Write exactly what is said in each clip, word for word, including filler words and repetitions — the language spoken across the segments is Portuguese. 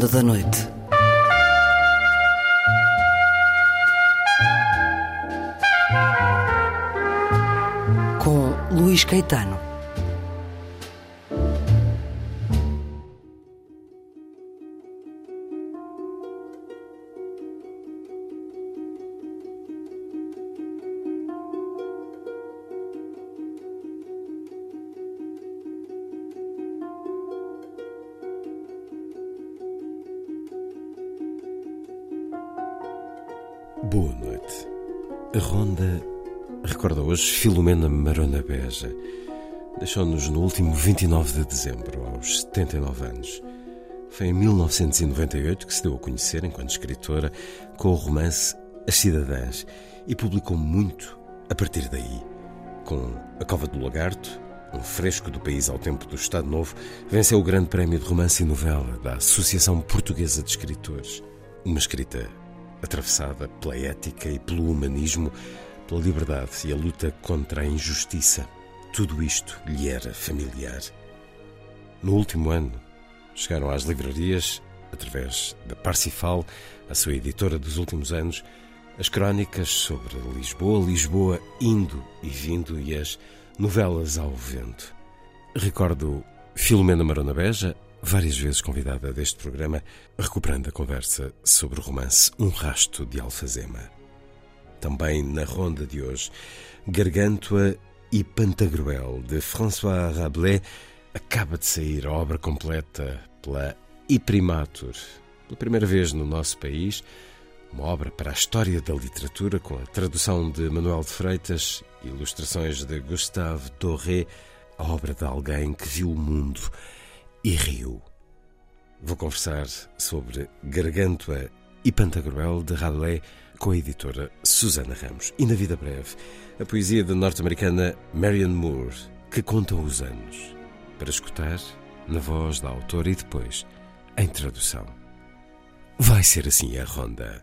Ronda da Noite. Com Luís Caetano. Boa noite. A Ronda recorda hoje Filomena Marona Beja. Deixou-nos no último vinte e nove de dezembro, aos setenta e nove anos. Foi em mil novecentos e noventa e oito que se deu a conhecer enquanto escritora com o romance As Cidadãs e publicou muito a partir daí. Com A Cova do Lagarto, um fresco do país ao tempo do Estado Novo, venceu o Grande Prémio de Romance e Novela da Associação Portuguesa de Escritores. Uma escrita atravessada pela ética e pelo humanismo, pela liberdade e a luta contra a injustiça. Tudo isto lhe era familiar. No último ano, chegaram às livrarias, através da Parsifal, a sua editora dos últimos anos, as crónicas sobre Lisboa, Lisboa indo e vindo e as novelas ao vento. Recordo Filomena Marona Beja, várias vezes convidada deste programa, recuperando a conversa sobre o romance Um Rasto de Alfazema. Também na ronda de hoje, Gargantua e Pantagruel, de François Rabelais, acaba de sair a obra completa pela Imprimatur, pela primeira vez no nosso país, uma obra para a história da literatura, com a tradução de Manuel de Freitas e ilustrações de Gustave Doré, a obra de alguém que viu o mundo e riu. Vou conversar sobre Gargantua e Pantagruel, de Rabelais, com a editora Susana Ramos. E na vida breve, a poesia da norte-americana Marianne Moore, que conta os anos, para escutar na voz da autora e depois em tradução. Vai ser assim a ronda.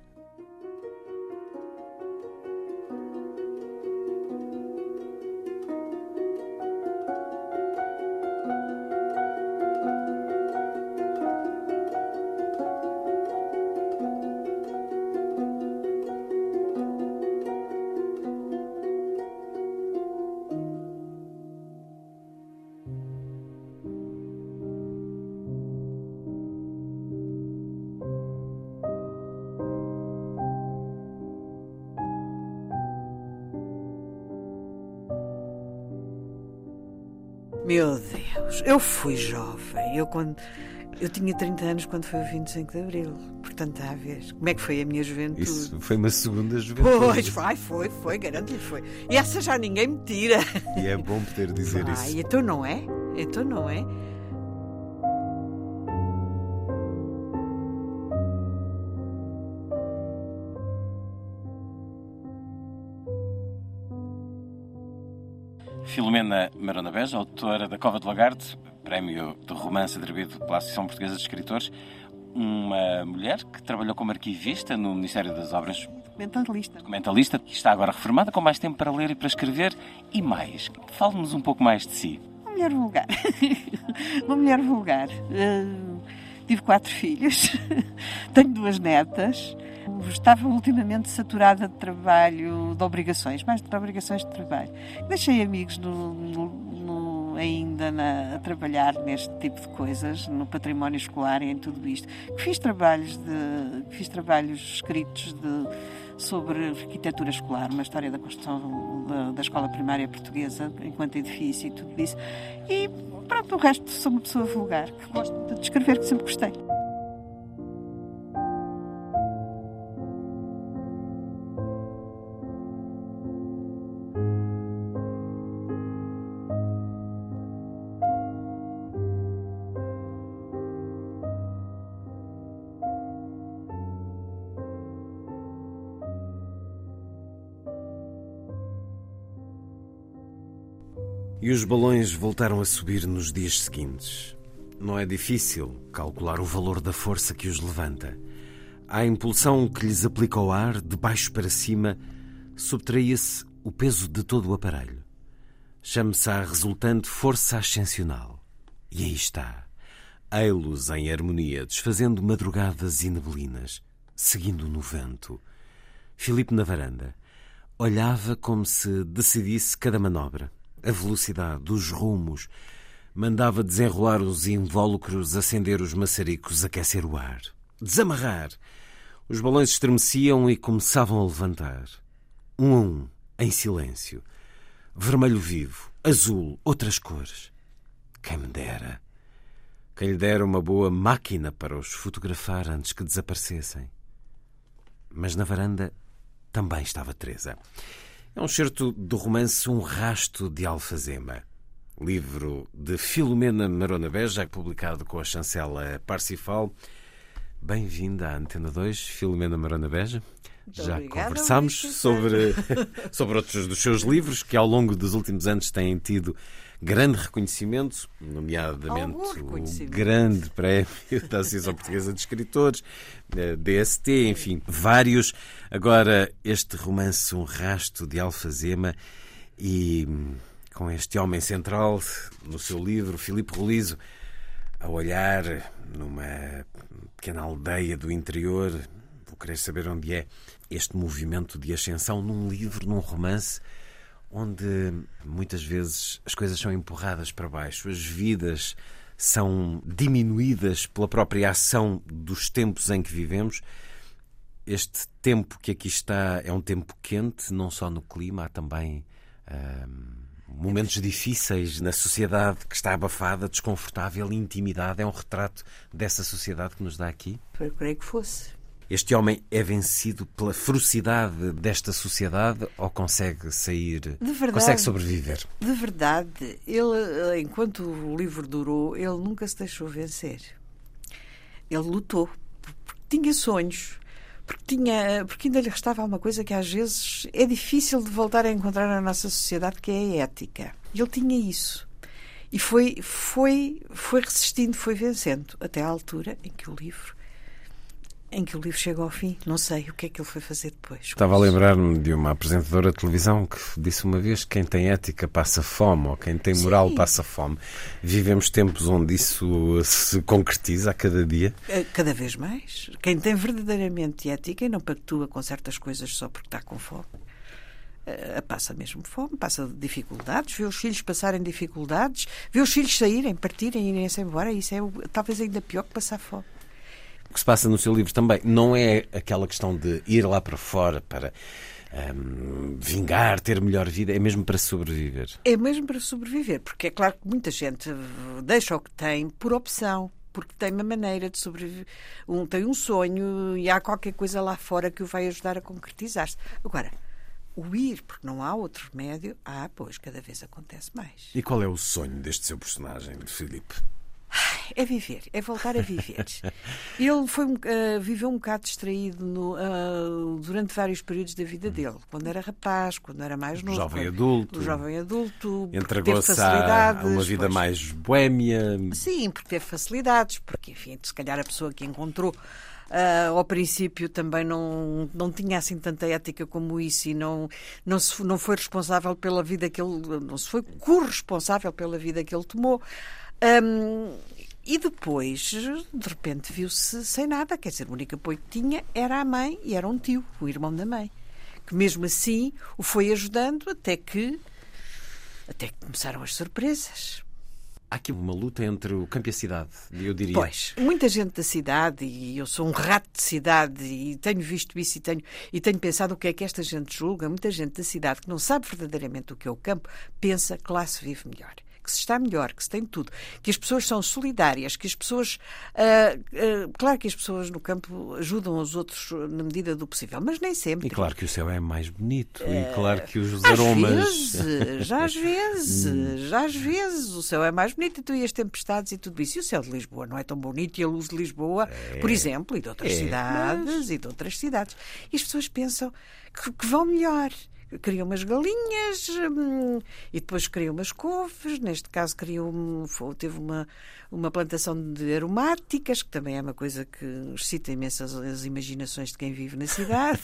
Meu Deus, eu fui jovem. Eu, quando, eu tinha trinta anos quando foi o vinte e cinco de Abril. Portanto, está a ver. Como é que foi a minha juventude? Isso foi uma segunda juventude. Pois, vai, foi, foi, garanto-lhe foi. E essa já ninguém me tira. E é bom poder dizer vai, isso. Então não é? Então não é? Filomena Marona Beja, autora da Cova do Lagarto, prémio de romance atribuído pela Associação Portuguesa de Escritores, uma mulher que trabalhou como arquivista no Ministério das Obras, Documentalista. documentalista, que está agora reformada, com mais tempo para ler e para escrever, e mais. Fale-nos um pouco mais de si. Uma mulher vulgar. Uma mulher vulgar. Uh, tive quatro filhos, tenho duas netas. Estava ultimamente saturada de trabalho, de obrigações, mais de obrigações de trabalho. Deixei amigos no, no, no, ainda na, a trabalhar neste tipo de coisas, no património escolar e em tudo isto. Fiz trabalhos, de, fiz trabalhos escritos de, sobre arquitetura escolar, uma história da construção da, da escola primária portuguesa, enquanto edifício e tudo isso. E pronto, o resto sou uma pessoa vulgar, que gosto de escrever, que sempre gostei. E os balões voltaram a subir nos dias seguintes. Não é difícil calcular o valor da força que os levanta. À impulsão que lhes aplica o ar, de baixo para cima, subtraía-se o peso de todo o aparelho. Chame-se a resultante força ascensional. E aí está. ei-los em harmonia, desfazendo madrugadas e neblinas, seguindo no vento. Filipe, na varanda, olhava como se decidisse cada manobra, a velocidade, os rumos. Mandava desenrolar os invólucros, acender os maçaricos, aquecer o ar. Desamarrar. Os balões estremeciam e começavam a levantar. Um a um, em silêncio. Vermelho vivo, azul, outras cores. Quem me dera. Quem lhe dera uma boa máquina para os fotografar antes que desaparecessem. Mas na varanda também estava Teresa. É um excerto do romance Um Rasto de Alfazema, livro de Filomena Marona Beja, publicado com a chancela Parsifal. Bem-vinda à Antena dois, Filomena Marona Beja. Muito Já obrigada, conversámos Luís, sobre, sobre outros dos seus livros que ao longo dos últimos anos têm tido grande reconhecimento, nomeadamente o grande prémio da Associação Portuguesa de Escritores, D S T, enfim, vários. Agora este romance Um Rasto de Alfazema e com este homem central no seu livro, Filipe Rolizo, a olhar numa pequena aldeia do interior. Vou querer saber onde é este movimento de ascensão num livro, num romance, onde muitas vezes as coisas são empurradas para baixo, as vidas são diminuídas pela própria ação dos tempos em que vivemos. Este tempo que aqui está é um tempo quente, não só no clima, há também hum, momentos difíceis na sociedade que está abafada, desconfortável, intimidade. É um retrato dessa sociedade que nos dá aqui? Eu creio que fosse. Este homem é vencido pela ferocidade desta sociedade ou consegue sair, De verdade, consegue sobreviver? De verdade, ele, enquanto o livro durou, ele nunca se deixou vencer. Ele lutou, porque tinha sonhos, porque, tinha, porque ainda lhe restava uma coisa que às vezes é difícil de voltar a encontrar na nossa sociedade, que é a ética. Ele tinha isso. E foi, foi, foi resistindo, foi vencendo, até à altura em que o livro em que o livro chega ao fim. Não sei o que é que ele foi fazer depois. Estava a lembrar-me de uma apresentadora de televisão que disse uma vez que quem tem ética passa fome, ou quem tem moral Sim. passa fome. Vivemos tempos onde isso se concretiza a cada dia? Cada vez mais. Quem tem verdadeiramente ética e não pactua com certas coisas só porque está com fome, passa mesmo fome, passa dificuldades, vê os filhos passarem dificuldades, vê os filhos saírem, partirem, irem-se embora. Isso é talvez ainda pior que passar fome. O que se passa no seu livro também não é aquela questão de ir lá para fora para um, vingar, ter melhor vida, é mesmo para sobreviver. É mesmo para sobreviver, porque é claro que muita gente deixa o que tem por opção, porque tem uma maneira de sobreviver, um, tem um sonho e há qualquer coisa lá fora que o vai ajudar a concretizar-se. Agora, o ir, porque não há outro remédio, ah, pois, cada vez acontece mais. E qual é o sonho deste seu personagem, Filipe? É viver, é voltar a viver. Ele foi, uh, viveu um bocado distraído no, uh, durante vários períodos da vida dele. Quando era rapaz, quando era mais novo. Jovem adulto. O jovem adulto. Entregou-se a uma vida pois, mais boémia. Sim, porque teve facilidades. Porque, enfim, se calhar a pessoa que encontrou Uh, ao princípio também não, não tinha assim tanta ética como isso e não, não, se, não foi responsável pela vida que ele... Não se foi corresponsável pela vida que ele tomou. Um, e depois, de repente, viu-se sem nada. Quer dizer, o único apoio que tinha era a mãe e era um tio, o irmão da mãe, que mesmo assim o foi ajudando até que, até que começaram as surpresas. Há aqui uma luta entre o campo e a cidade, eu diria. Pois, muita gente da cidade, e eu sou um rato de cidade e tenho visto isso e tenho, e tenho pensado o que é que esta gente julga. Muita gente da cidade que não sabe verdadeiramente o que é o campo, pensa que lá se vive melhor, que se está melhor, que se tem tudo, que as pessoas são solidárias, que as pessoas... Uh, uh, claro que as pessoas no campo ajudam os outros na medida do possível, mas nem sempre. E claro que o céu é mais bonito, uh, e claro que os às aromas... Vezes, já às vezes, já às vezes, o céu é mais bonito e tu e as tempestades e tudo isso. E o céu de Lisboa não é tão bonito e a luz de Lisboa, é, por exemplo, e de outras é, cidades, mas... e de outras cidades. E as pessoas pensam que, que vão melhor. Criam umas galinhas hum, e depois criam umas couves. Neste caso criam, teve uma, uma plantação de aromáticas, que também é uma coisa que excita imenso as, as imaginações de quem vive na cidade.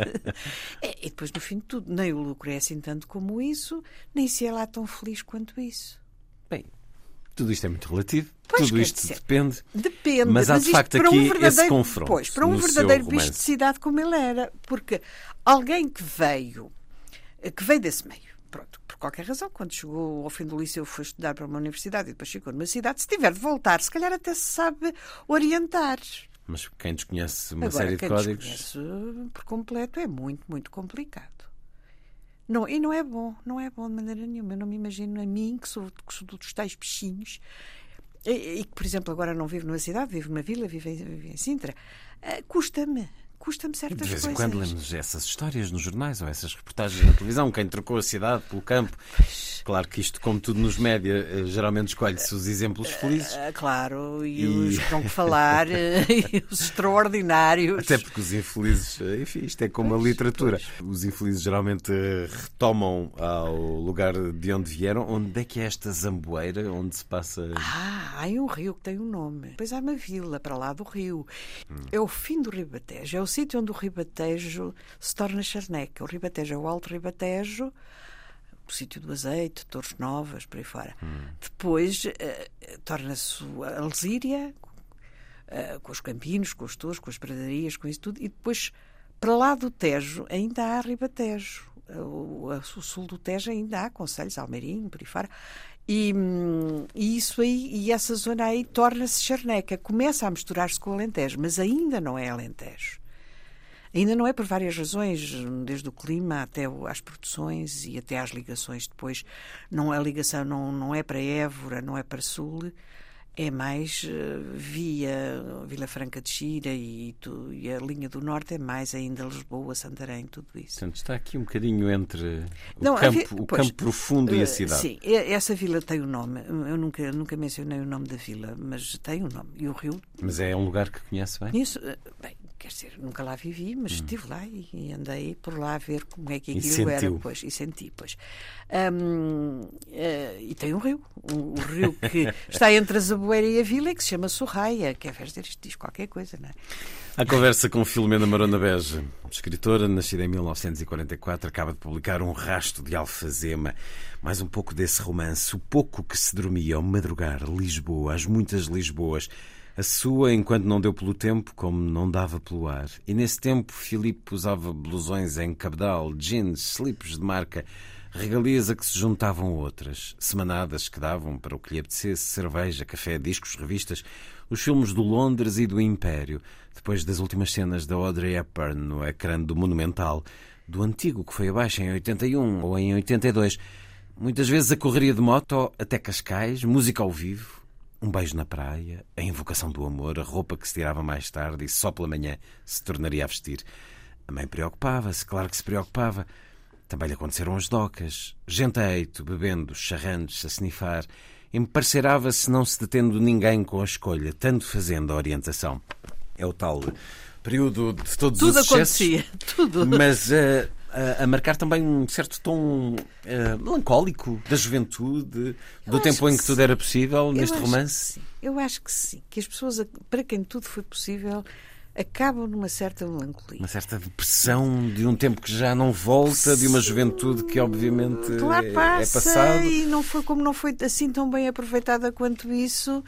E depois, no fim de tudo, nem o lucro é assim tanto como isso, nem se é lá tão feliz quanto isso. Bem, Tudo isto é muito relativo, Pois, tudo quer isto dizer, depende. Depende, Mas há de isto facto para aqui um verdadeiro- esse confronto. Pois, para um no seu verdadeiro romance. bicho de cidade como ele era. Porque alguém que veio, que veio desse meio, pronto, por qualquer razão, quando chegou ao fim do liceu foi estudar para uma universidade e depois chegou numa cidade, se tiver de voltar, se calhar até se sabe orientar. Mas quem desconhece uma Agora, série de quem códigos. desconhece por completo é muito, muito complicado. Não, e não é bom, não é bom de maneira nenhuma. Eu não me imagino a mim, que sou, que sou dos tais bichinhos, e, e que, por exemplo, agora não vivo numa cidade, vivo numa vila, vivo em, vivo em Sintra. Uh, custa-me, custa-me certas De vez coisas. em quando lemos essas histórias nos jornais ou essas reportagens na televisão, quem trocou a cidade pelo campo. Claro que isto, como tudo nos média, eh, geralmente escolhe-se os exemplos felizes. Uh, claro, e, E- os que dão que falar, uh, e os extraordinários. Até porque os infelizes, eh, enfim, isto é como a literatura. Os infelizes geralmente eh, retomam ao lugar de onde vieram. Onde é que é esta Zamboeira, onde se passa... Ah, há um rio que tem um nome. Depois há uma vila para lá do rio. Hum. É o fim do Ribatejo. É o sítio onde o Ribatejo se torna charneca. O Ribatejo é o Alto Ribatejo, o sítio do azeite, Torres Novas, por aí fora. Hum. Depois uh, torna-se a Alzíria, uh, com os campinos, com os touros, com as pradarias, com isso tudo. E depois, para lá do Tejo, ainda há Ribatejo. O, o sul do Tejo ainda há concelhos, Almeirinho, por aí fora. E, e isso aí, e essa zona aí torna-se charneca, começa a misturar-se com o Alentejo, mas ainda não é Alentejo. Ainda não é por várias razões, desde o clima até às produções e até às ligações depois. Não, a ligação não, não é para Évora, não é para Sul, é mais uh, via Vila Franca de Xira e, tu, e a linha do Norte é mais ainda Lisboa, Santarém, tudo isso. Portanto, está aqui um bocadinho entre o, Não, campo, havia- o pois, campo profundo e a Uh, cidade. Sim, e- essa vila tem um nome. Eu nunca, nunca mencionei o nome da vila, mas tem um nome. E o rio, Mas é um lugar que conhece bem? conheço, uh, bem, quer dizer, nunca lá vivi, mas estive lá e, e andei por lá a ver como é que E aquilo era. sentiu. Pois, e senti, pois. Hum, uh, e tem um rio. O, o rio que está entre a Zaboeira e a vila e que se chama Sorraia, que é ver isto diz qualquer coisa, não é? A conversa com Filomena Marona Beja, escritora, nascida em mil novecentos e quarenta e quatro, acaba de publicar Um Rasto de Alfazema. Mais um pouco desse romance, o pouco que se dormia ao madrugar, Lisboa, as muitas Lisboas. A sua, enquanto não deu pelo tempo, como não dava pelo ar. E nesse tempo, Filipe usava blusões em cabedal, jeans, slips de marca, regalias a que se juntavam outras, semanadas que davam para o que lhe apetecesse, cerveja, café, discos, revistas, os filmes do Londres e do Império, depois das últimas cenas da Audrey Hepburn no ecrã do Monumental, do antigo que foi abaixo em oitenta e um ou em oitenta e dois, muitas vezes a correria de moto até Cascais, música ao vivo, um beijo na praia, a invocação do amor, a roupa que se tirava mais tarde e só pela manhã se tornaria a vestir. A mãe preocupava-se, claro que se preocupava. Também lhe aconteceram as docas, gente a eito, bebendo, charrantes, a snifar, emparcerava-se não se detendo ninguém com a escolha, tanto fazendo a orientação. É o tal período de todos Tudo os excessos, acontecia, tudo. mas uh, a, a marcar também um certo tom uh, melancólico da juventude, do acho tempo em que que tudo sim. era possível Eu neste acho romance. que sim. Eu acho que sim, que as pessoas, para quem tudo foi possível, acabam numa certa melancolia. Uma certa depressão de um tempo que já não volta, de uma juventude que obviamente Claro, é, é passa, passado. e não foi como não foi assim tão bem aproveitada quanto isso.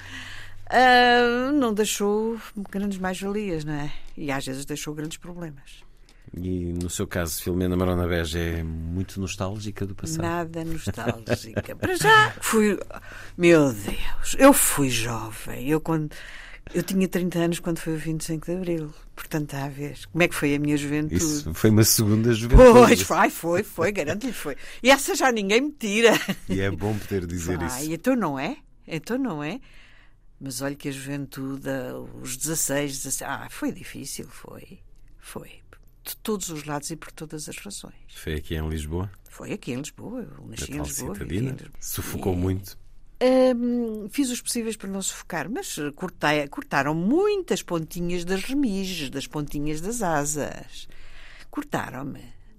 ah, não deixou grandes mais-valias, não é? E às vezes deixou grandes problemas. E no seu caso, Filomena Marona Beja é muito nostálgica do passado. Nada nostálgica. Para já fui. Meu Deus, eu fui jovem. Eu quando. Eu tinha trinta anos quando foi o vinte e cinco de Abril. Portanto, está a ver. Como é que foi a minha juventude? Isso foi uma segunda juventude. Pois, foi, foi, foi, garanto-lhe foi. E essa já ninguém me tira. E é bom poder dizer Ah, isso. e então não é? Então não é? Mas olha que a juventude, os dezasseis, dezessete... Ah, foi difícil, foi. Foi. De todos os lados e por todas as razões. Foi aqui em Lisboa, Foi aqui em Lisboa. Eu nasci na em tal Lisboa. vivi em citadina. Lisboa. Sufocou E- muito. Hum, fiz os possíveis para não sufocar, mas cortei, cortaram muitas pontinhas das remiges, das pontinhas das asas. Cortaram-me.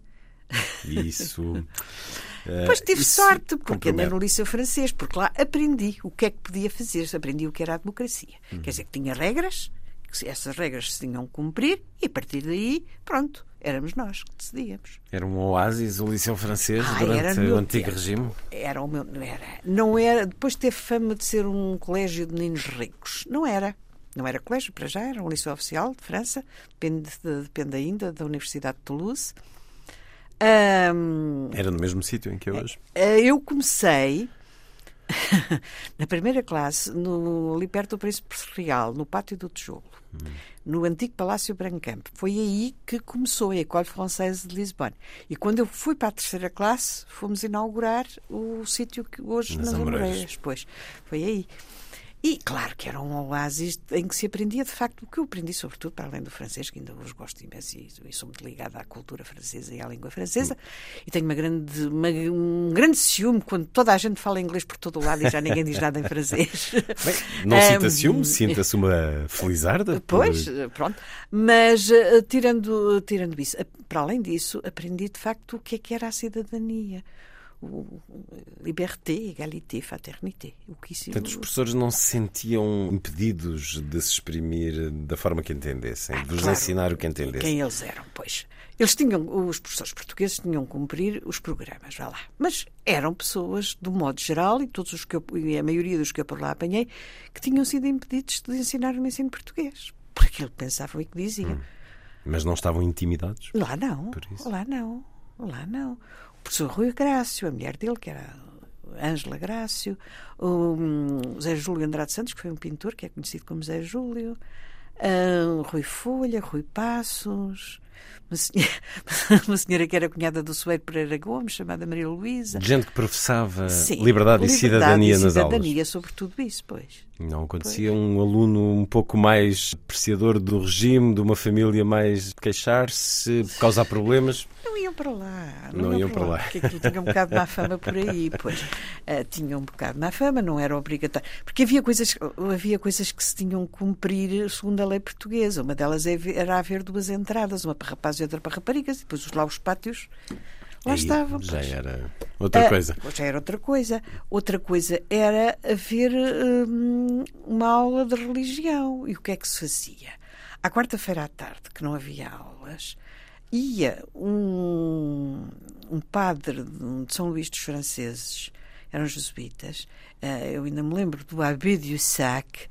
E isso. Depois eh, tive isso sorte, porque compromete. andei no Liceu Francês, porque lá aprendi o que é que podia fazer, aprendi o que era a democracia. Quer dizer, que tinha regras, que essas regras se tinham que cumprir, e a partir daí, pronto, éramos nós que decidíamos. Era um oásis o Liceu Francês Ah, durante o o antigo tempo. regime? Era o meu, não era, não era, depois teve fama de ser um colégio de meninos ricos. Não era. Não era colégio, para já, era um liceu oficial de França, depende, de, depende ainda da Universidade de Toulouse. Um, Era no mesmo sítio em que é hoje? eu comecei na primeira classe, no, ali perto do Príncipe Real, no Pátio do Tijolo, hum. no antigo Palácio Brancamp. Foi aí que começou a École Française de Lisboa. E quando eu fui para a terceira classe, fomos inaugurar o sítio que hoje nas, nas Amoreiras. Pois, foi aí. E claro que era um oásis em que se aprendia de facto o que eu aprendi, sobretudo para além do francês, que ainda hoje gosto imenso e, e sou muito ligada à cultura francesa e à língua francesa. Hum. E tenho uma grande, uma, um grande ciúme quando toda a gente fala inglês por todo o lado e já ninguém diz nada em francês. Bem, não sinta um, ciúme, sinta-se uma felizarda. Pois, por... pronto. Mas uh, tirando, tirando isso, para além disso, aprendi de facto o que é que era a cidadania. O, liberté, égalité, fraternité. O que isso... Portanto, os professores não se sentiam impedidos de se exprimir da forma que entendessem, ah, de vos claro, ensinar o que entendessem. Quem eles eram, pois. Eles tinham, os professores portugueses tinham que cumprir os programas, vá lá. Mas eram pessoas, do modo geral, e todos os que eu, e a maioria dos que eu por lá apanhei, que tinham sido impedidos de ensinar o ensino português. Por aquilo que pensavam e que diziam. Hum. Mas não estavam intimidados? Lá não, lá não, lá não. O professor Rui Grácio, a mulher dele, que era Ângela Grácio, o Zé Júlio Andrade Santos, que foi um pintor, que é conhecido como Zé Júlio, uh, Rui Folha, Rui Passos, uma senhora, uma senhora que era cunhada do Soeiro Pereira Gomes, chamada Maria Luísa. Gente que professava Sim, liberdade, liberdade e cidadania e nas cidadania, aulas. Cidadania, sobre tudo isso, pois. Não acontecia pois. Um aluno um pouco mais apreciador do regime, de uma família mais queixar-se, causar problemas? Não iam para lá. Não, não iam, iam para lá. lá. Porque aquilo tinha um bocado de má fama por aí, pois. Uh, tinha um bocado de má fama, não era obrigatório. Porque havia coisas, havia coisas que se tinham que cumprir segundo a lei portuguesa. Uma delas era haver duas entradas, uma para rapazes e outra para raparigas, e depois lá os pátios lá aí, estavam. Já pois. Era outra uh, coisa. Já era outra coisa. Outra coisa era haver um, uma aula de religião. E o que é que se fazia? À quarta-feira à tarde, que não havia aulas, ia um, um padre de São Luís dos Franceses, eram jesuítas, eu ainda me lembro do Abbé du Sac,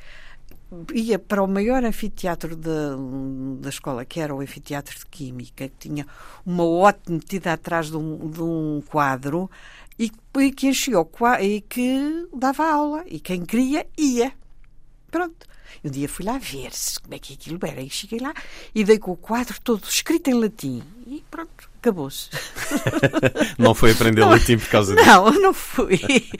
ia para o maior anfiteatro da, da escola, que era o anfiteatro de Química, que tinha uma ótima metida atrás de um, de um quadro e, e que enchia o quadro e que dava aula, e quem queria ia. Pronto. Um dia fui lá ver como é que aquilo era e cheguei lá e dei com o quadro todo escrito em latim e pronto, acabou-se. Não foi aprender não, latim por causa disso? Não, não fui.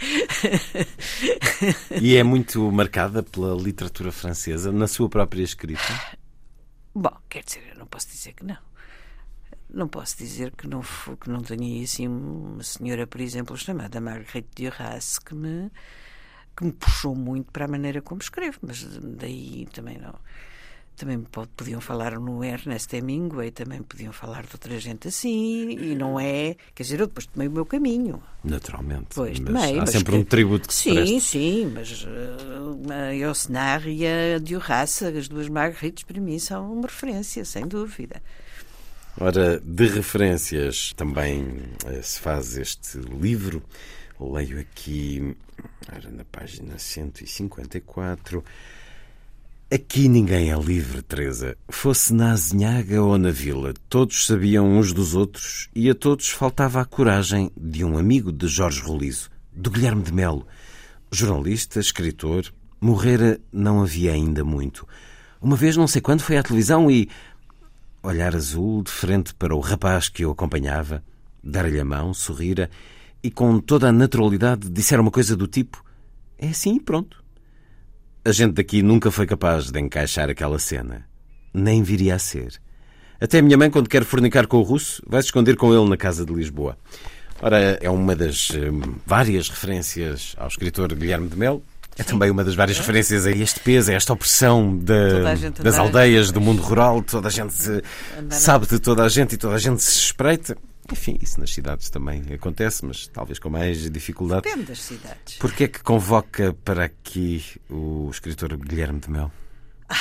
E é muito marcada pela literatura francesa na sua própria escrita? Bom, quer dizer, eu não posso dizer que não. Não posso dizer que não, que não tenha assim uma senhora, por exemplo, chamada Marguerite Duras, que me... que me puxou muito para a maneira como escrevo, mas daí também não. Também podiam falar no Ernest Hemingway, também podiam falar de outra gente assim, e não é... Quer dizer, eu depois tomei o meu caminho. Naturalmente. Pois, mas tomei, há mas sempre que... um tributo que se Sim, presta. sim, mas uh, a Yourcenar e a Duras, as duas Marguerites, para mim, são uma referência, sem dúvida. Ora, de referências também eh, se faz este livro. Leio aqui, na página cento e cinquenta e quatro. Aqui ninguém é livre, Teresa. Fosse na azinhaga ou na vila, todos sabiam uns dos outros e a todos faltava a coragem de um amigo de Jorge Rolizo, do Guilherme de Melo. Jornalista, escritor, morrera não havia ainda muito. Uma vez, não sei quando, foi à televisão e... olhar azul, de frente para o rapaz que o acompanhava, dar-lhe a mão, sorrira... e com toda a naturalidade disseram uma coisa do tipo: é assim e pronto. A gente daqui nunca foi capaz de encaixar aquela cena. Nem viria a ser. Até a minha mãe, quando quer fornicar com o russo, vai se esconder com ele na casa de Lisboa. Ora, é uma das hum, várias referências ao escritor Guilherme de Melo. É Sim. também uma das várias é. referências a este peso, a esta opressão da, das aldeias, do mundo rural. Toda a gente sabe de toda a gente e toda a gente se espreita. Enfim, isso nas cidades também acontece, mas talvez com mais dificuldade. Depende das cidades. Porquê é que convoca para aqui o escritor Guilherme de Melo? Ah,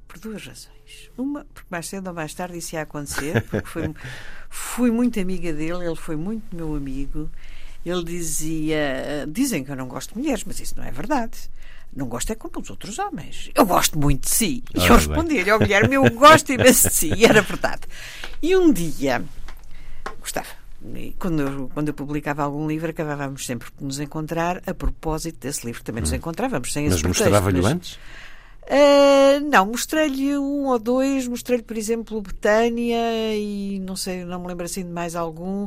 por duas razões. Uma, porque mais cedo ou mais tarde isso ia acontecer, porque foi, fui muito amiga dele, ele foi muito meu amigo. Ele dizia, dizem que eu não gosto de mulheres, mas isso não é verdade. Não gosto é como os outros homens. Eu gosto muito de si. E eu respondi-lhe, ó Guilherme, eu gosto imenso de si. E era verdade. E um dia, gostava, quando eu, quando eu publicava algum livro, acabávamos sempre por nos encontrar a propósito desse livro. Também nos encontrávamos sem esse Mas pretexto. mostrava-lhe mas... antes? Uh, não, mostrei-lhe um ou dois. Mostrei-lhe, por exemplo, Betânia e não sei, não me lembro assim de mais algum.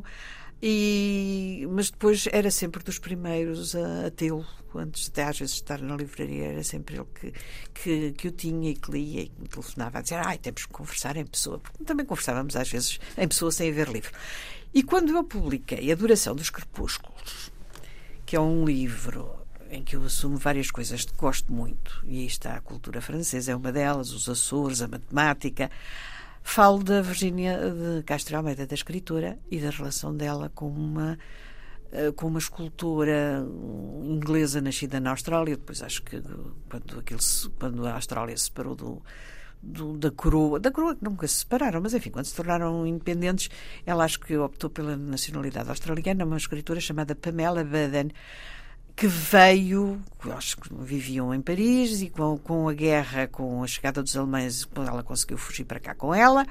E, mas depois era sempre dos primeiros a, a tê-lo, antes de às vezes estar na livraria, era sempre ele que, que, que o tinha e que lia e que me telefonava a dizer, ai, temos que conversar em pessoa, porque também conversávamos às vezes em pessoa sem haver livro. E quando eu publiquei A Duração dos Crepúsculos, que é um livro em que eu assumo várias coisas que gosto muito, e aí está a cultura francesa, é uma delas, os Açores, a matemática. Falo da Virgínia de Castro Almeida, da escritora, e da relação dela com uma, com uma escultora inglesa nascida na Austrália. Depois acho que quando, aquilo se, quando a Austrália se separou do, do, da coroa, da coroa que nunca se separaram, mas enfim, quando se tornaram independentes, ela acho que optou pela nacionalidade australiana, uma escritora chamada Pamela Baden, que veio, acho que viviam em Paris, e com, com a guerra, com a chegada dos alemães, ela conseguiu fugir para cá com ela,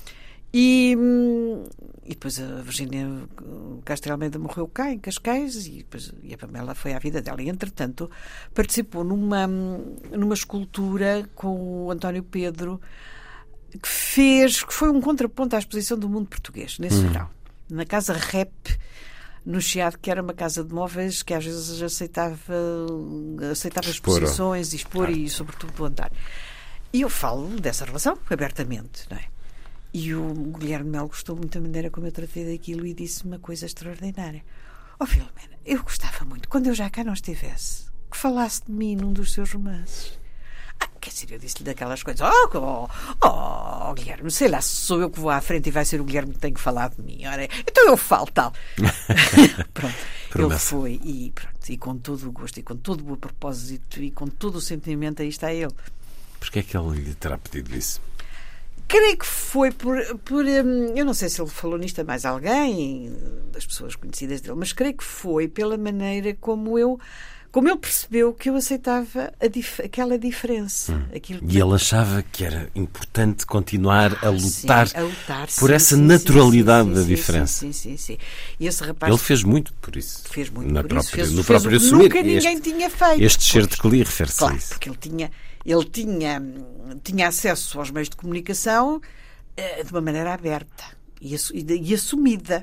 e, e depois a Virgínia Castro Almeida morreu cá, em Cascais, e, depois, e a Pamela foi à vida dela, e entretanto participou numa, numa escultura com o António Pedro, que fez, que foi um contraponto à exposição do mundo português, nesse hum. verão, na Casa Rep, no Chiado, que era uma casa de móveis que às vezes aceitava, aceitava expor. exposições e expor, claro. E sobretudo plantar. E eu falo dessa relação abertamente, não é? E o Guilherme Melo gostou muito da maneira como eu tratei daquilo e disse uma coisa extraordinária. Ó, oh, Filomena, eu gostava muito, quando eu já cá não estivesse, que falasse de mim num dos seus romances. Ah, quer dizer, eu disse-lhe daquelas coisas. Oh, oh, oh, Guilherme, sei lá, se sou eu que vou à frente e vai ser o Guilherme que tem que falar de mim. Ora, então eu falo, tal. Pronto, ele foi e, pronto, e com todo o gosto, e com todo o propósito, e com todo o sentimento, aí está ele. Porquê é que ele lhe terá pedido isso? Creio que foi por, por hum, eu não sei se ele falou nisto a mais alguém, das pessoas conhecidas dele, mas creio que foi pela maneira como eu Como ele percebeu que eu aceitava a dif- aquela diferença. Hum. Aquilo que... E ele achava que era importante continuar a lutar, sim, a lutar por sim, essa sim, naturalidade sim, sim, da sim, diferença. Sim, sim, sim. E esse rapaz... Ele fez muito por isso. Fez muito na por própria, isso. Fez, no fez próprio o que assumir. nunca ninguém este, tinha feito. Este certo que li refere-se claro, a isso. Porque ele tinha, ele tinha, tinha acesso aos meios de comunicação uh, de uma maneira aberta e, e, e assumida.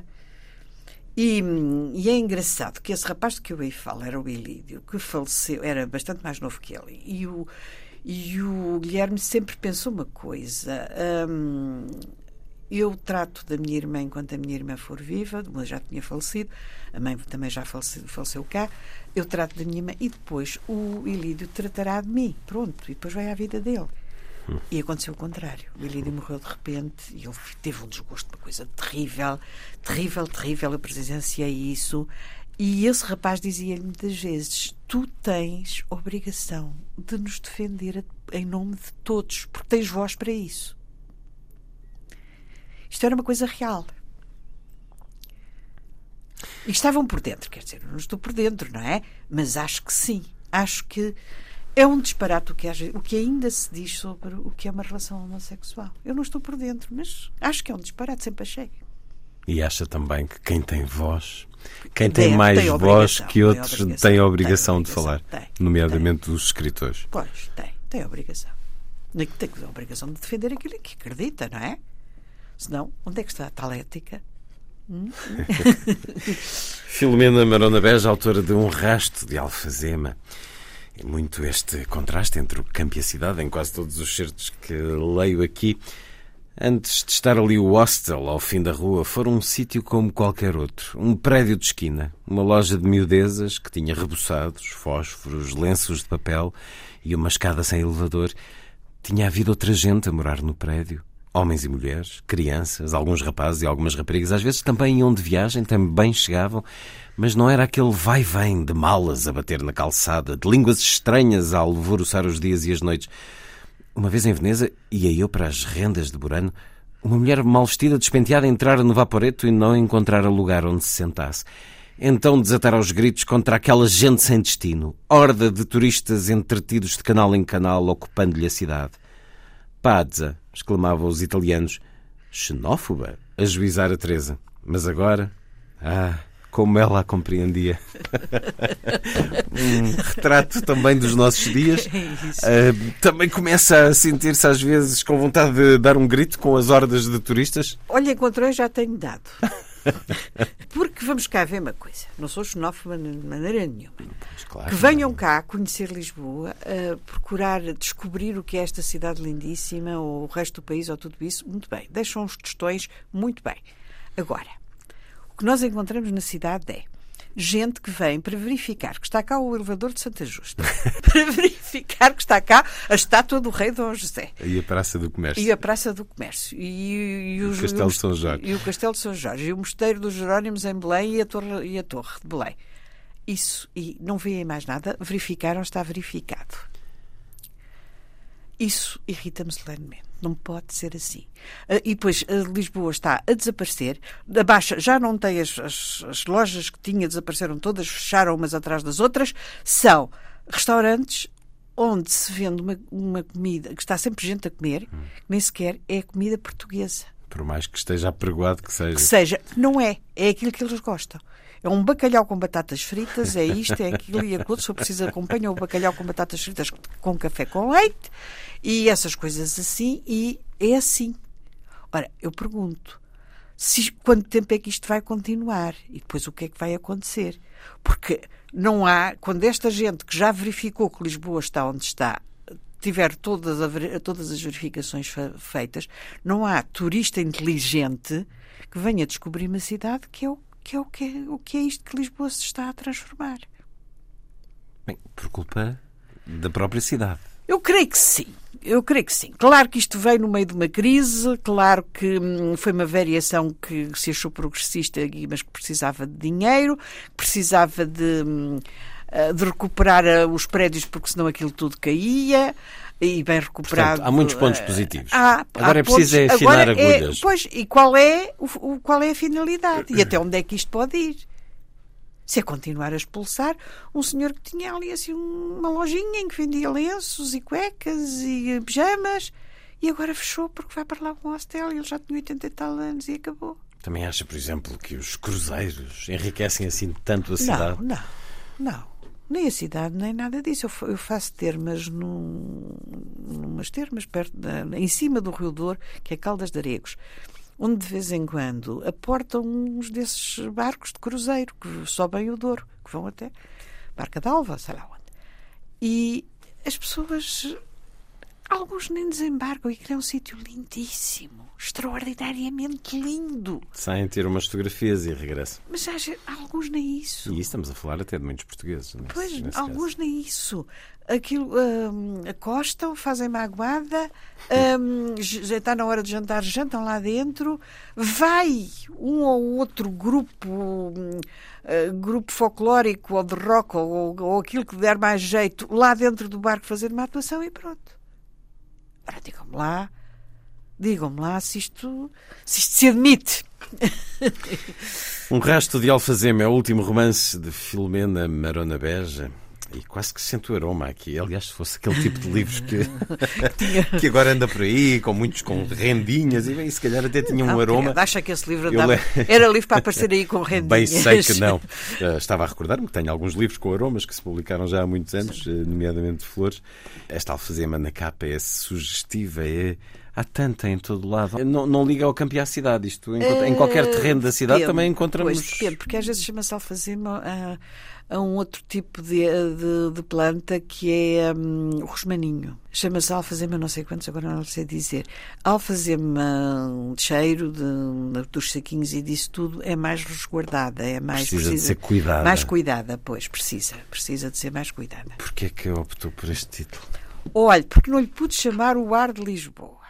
E, e é engraçado que esse rapaz que eu aí falo era o Ilídio, que faleceu, era bastante mais novo que ele. E o, e o Guilherme sempre pensou uma coisa. Hum, eu trato da minha irmã enquanto a minha irmã for viva, uma já tinha falecido, a mãe também já faleceu, faleceu cá. Eu trato da minha mãe e depois o Ilídio tratará de mim. Pronto, e depois vai à vida dele. E aconteceu o contrário. O Ilídio morreu de repente e ele teve um desgosto, uma coisa terrível, terrível, terrível. Eu presenciei isso. E esse rapaz dizia-lhe muitas vezes: tu tens obrigação de nos defender em nome de todos, porque tens voz para isso. Isto era uma coisa real. E estavam por dentro, quer dizer, eu não estou por dentro, não é? Mas acho que sim. Acho que é um disparate o que, o que ainda se diz sobre o que é uma relação homossexual. Eu não estou por dentro, mas acho que é um disparate, sempre achei. E acha também que quem tem voz, quem tem, tem mais tem voz que outros, tem, tem a obrigação, tem de falar, tem, nomeadamente tem. Dos escritores. Pois, tem, tem a obrigação. Tem a obrigação de defender aquilo em que acredita, não é? Senão, onde é que está a tal ética? Hum? Filomena Marona Beja, autora de Um Rasto de Alfazema. E muito este contraste entre o campo e a cidade, em quase todos os certos que leio aqui. Antes de estar ali o hostel, ao fim da rua, fora um sítio como qualquer outro. Um prédio de esquina, uma loja de miudezas que tinha reboçados, fósforos, lenços de papel e uma escada sem elevador. Tinha havido outra gente a morar no prédio. Homens e mulheres, crianças, alguns rapazes e algumas raparigas. Às vezes também iam de viagem, também chegavam. Mas não era aquele vai-vem de malas a bater na calçada, de línguas estranhas a alvoroçar os dias e as noites. Uma vez em Veneza, ia eu para as rendas de Burano, uma mulher mal vestida, despenteada, entrara no Vaporetto e não encontrara lugar onde se sentasse. Então desatara aos gritos contra aquela gente sem destino, horda de turistas entretidos de canal em canal, ocupando-lhe a cidade. Pazza, exclamavam os italianos. Xenófoba, a juizar a Teresa. Mas agora, ah, como ela a compreendia. Um retrato também dos nossos dias. Uh, também começa a sentir-se às vezes com vontade de dar um grito com as hordas de turistas. Olha, encontrei, já tenho dado. Porque vamos cá ver uma coisa. Não sou xenófoba de maneira nenhuma. Pois, claro, que venham cá conhecer Lisboa, a procurar descobrir o que é esta cidade lindíssima, ou o resto do país, ou tudo isso, muito bem. Deixam os tostões muito bem. Agora, o que nós encontramos na cidade é gente que vem para verificar que está cá o elevador de Santa Justa, para verificar que está cá a estátua do rei Dom José. E a Praça do Comércio. E a Praça do Comércio. E, e, o, os, Castelo e, de São Jorge. E o Castelo de São Jorge. E o Mosteiro dos Jerónimos em Belém e a Torre, e a torre de Belém. Isso. E não veem mais nada. Verificaram, está verificado. Isso irrita-me solenemente. Não pode ser assim. E depois Lisboa está a desaparecer. A Baixa já não tem as, as, as lojas que tinha, desapareceram todas, fecharam umas atrás das outras. São restaurantes onde se vende uma, uma comida que está sempre gente a comer, hum. que nem sequer é comida portuguesa. Por mais que esteja apregoado que seja. Que seja. Não é. É aquilo que eles gostam. É um bacalhau com batatas fritas, é isto, é aquilo e aquilo. Se eu preciso, acompanha o bacalhau com batatas fritas com café com leite e essas coisas assim, e é assim. Ora, eu pergunto, se, quanto tempo é que isto vai continuar? E depois o que é que vai acontecer? Porque não há, quando esta gente que já verificou que Lisboa está onde está, tiver todas, a, todas as verificações feitas, não há turista inteligente que venha descobrir uma cidade que é o que é o que é, o que é isto que Lisboa se está a transformar. Bem, por culpa da própria cidade. Eu creio que sim. Eu creio que sim. Claro que isto veio no meio de uma crise, claro que hum, foi uma variação que se achou progressista, mas que precisava de dinheiro, precisava de, hum, de recuperar os prédios, porque senão aquilo tudo caía. E bem recuperado. Portanto, há muitos pontos positivos. Há, agora há é preciso pontos, afinar agora agulhas. É, pois, e qual é, o, o, qual é a finalidade? E até onde é que isto pode ir? Se é continuar a expulsar um senhor que tinha ali assim uma lojinha em que vendia lenços e cuecas e pijamas e agora fechou porque vai para lá um hostel e ele já tinha oitenta e tal anos e acabou. Também acha, por exemplo, que os cruzeiros enriquecem assim tanto a cidade? Não, não, não. Nem a cidade, nem nada disso. Eu faço termas num, numas termas perto da, em cima do Rio Douro, que é Caldas de Aregos, onde de vez em quando aportam uns desses barcos de cruzeiro que sobem o Douro, que vão até Barca d'Alva, sei lá onde. E as pessoas, alguns nem desembarcam, e aquilo é um sítio lindíssimo, extraordinariamente lindo. Saem ter umas fotografias e regressam. Mas há, há alguns nem isso. E isso estamos a falar até de muitos portugueses. Nesse, pois, nesse alguns caso. nem isso. Aquilo, hum, acostam, fazem magoada, hum, já está na hora de jantar, jantam lá dentro, vai um ou outro grupo, hum, uh, grupo folclórico ou de rock ou, ou aquilo que der mais jeito lá dentro do barco fazer uma atuação e pronto. Ora, digam-me lá, digam-me lá se isto se, isto se admite. Um Rasto de Alfazema é o último romance de Filomena Marona Beja. E quase que sente o aroma aqui. Aliás, se fosse aquele tipo de livros que, que agora anda por aí, com muitos com rendinhas, e bem, se calhar até tinha um não, aroma. Acha que esse livro andava... le... era livro para aparecer aí com rendinhas? Bem sei que não. Uh, estava a recordar-me que tenho alguns livros com aromas que se publicaram já há muitos anos, uh, nomeadamente de flores. Esta alfazema na capa é sugestiva, é... Há tanta em todo lado. Não, não liga ao campo e à cidade. Isto encontra, em qualquer terreno da cidade depende, também encontramos... Pois, depende, porque às vezes chama-se alfazema a, a um outro tipo de, de, de planta que é um, o rosmaninho. Chama-se alfazema não sei quantos, agora não sei dizer. Alfazema de cheiro, de, dos saquinhos e disso tudo é mais resguardada. É mais, precisa, precisa de ser cuidada. Mais cuidada, pois, precisa. Precisa de ser mais cuidada. Porquê é que optou por este título? Olha, porque não lhe pude chamar o ar de Lisboa.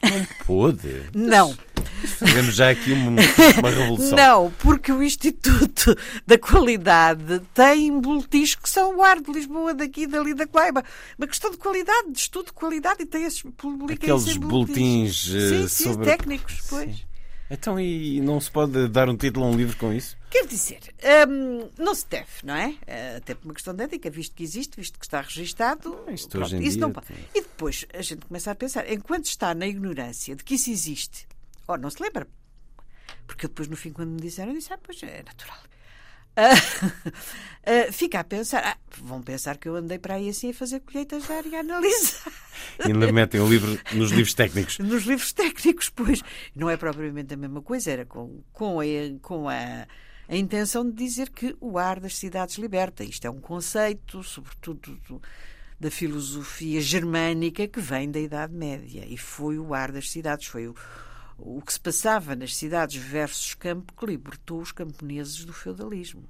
Não pôde? Não. Fazemos já aqui uma, uma revolução. Não, porque o Instituto da Qualidade tem boletins que são o ar de Lisboa, daqui, dali, da Coimbra. Uma questão de qualidade, de estudo de qualidade, e tem esses publica Aqueles boletins, sim, sim, sobre... técnicos, pois. Sim. Então, e não se pode dar um título a um livro com isso? Quer dizer, hum, não se deve, não é? Até por uma questão de ética, visto que existe, visto que está registado. Isto pronto, hoje em isso dia, não pode. E depois a gente começa a pensar, enquanto está na ignorância de que isso existe, oh, não se lembra? Porque eu depois, no fim, quando me disseram, eu disse, ah, pois é natural. Uh, uh, fica a pensar, ah, vão pensar que eu andei para aí assim a fazer colheitas de ar e a analisar. E ainda metem o livro nos livros técnicos. Nos livros técnicos, pois. Não é propriamente a mesma coisa, era com, com, a, com a, a intenção de dizer que o ar das cidades liberta. Isto é um conceito, sobretudo do, da filosofia germânica, que vem da Idade Média. E foi o ar das cidades, foi o, o que se passava nas cidades versus campo que libertou os camponeses do feudalismo.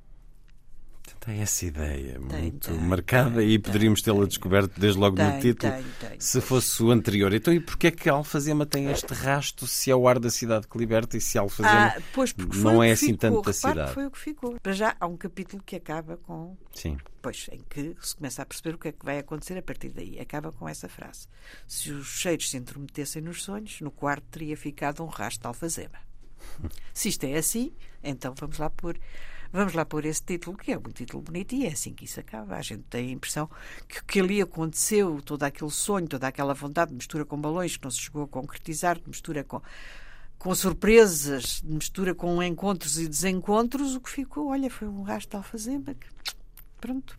Tem essa ideia tem, muito tem, marcada tem, e poderíamos tem, tê-la descoberto desde logo tem, no título, tem, tem, se fosse o anterior. Então, e porquê é que a Alfazema tem este rasto, se é o ar da cidade que liberta e se a Alfazema ah, pois, não é assim ficou. tanto da Repare cidade? Que foi o que ficou. Para já, há um capítulo que acaba com... Sim. Pois, em que se começa a perceber o que é que vai acontecer a partir daí. Acaba com essa frase. Se os cheiros se intrometessem nos sonhos, no quarto teria ficado um rastro de Alfazema. Se isto é assim, então vamos lá pôr... Vamos lá pôr esse título, que é um título bonito, e é assim que isso acaba. A gente tem a impressão que o que ali aconteceu, todo aquele sonho, toda aquela vontade de mistura com balões que não se chegou a concretizar, de mistura com, com surpresas, de mistura com encontros e desencontros, o que ficou, olha, foi um rastro de Alfazema. Pronto.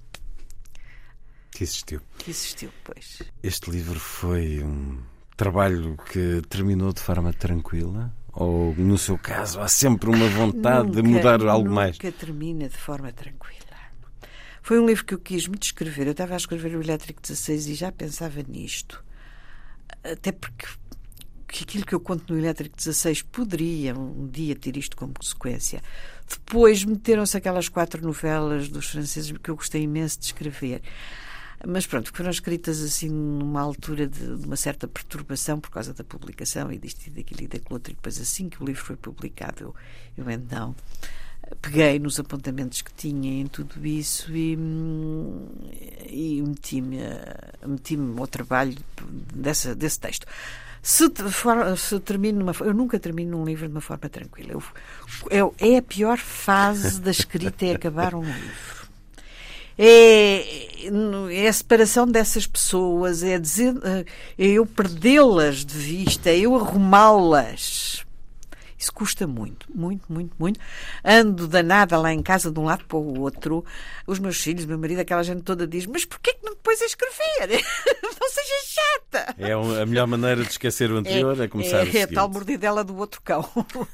Que existiu. Que existiu, pois. Este livro foi um trabalho que terminou de forma tranquila? Ou, no seu caso, há sempre uma vontade nunca, de mudar algo nunca mais? Nunca termina de forma tranquila. Foi um livro que eu quis muito escrever. Eu estava a escrever o Elétrico dezasseis e já pensava nisto. Até porque que aquilo que eu conto no Elétrico dezasseis poderia um dia ter isto como consequência. Depois meteram-se aquelas quatro novelas dos franceses que eu gostei imenso de escrever. Mas pronto, foram escritas assim numa altura de, de uma certa perturbação por causa da publicação e disto e daquilo e daquilo outro. E depois, assim que o livro foi publicado, eu, eu então peguei nos apontamentos que tinha em tudo isso e, e meti-me, meti-me ao trabalho dessa, desse texto. Se, for, se termino numa, eu nunca termino um livro de uma forma tranquila. Eu, eu, é a pior fase da escrita, é acabar um livro. É, é a separação dessas pessoas, é, dizer, é eu perdê-las de vista, é eu arrumá-las. Isso custa muito, muito, muito, muito. Ando danada lá em casa de um lado para o outro. Os meus filhos, o meu marido, aquela gente toda diz: mas porquê que não depois a escrever? Não seja chata. É a melhor maneira de esquecer o anterior, é, é começar é, o seguinte. É a tal mordidela do outro cão.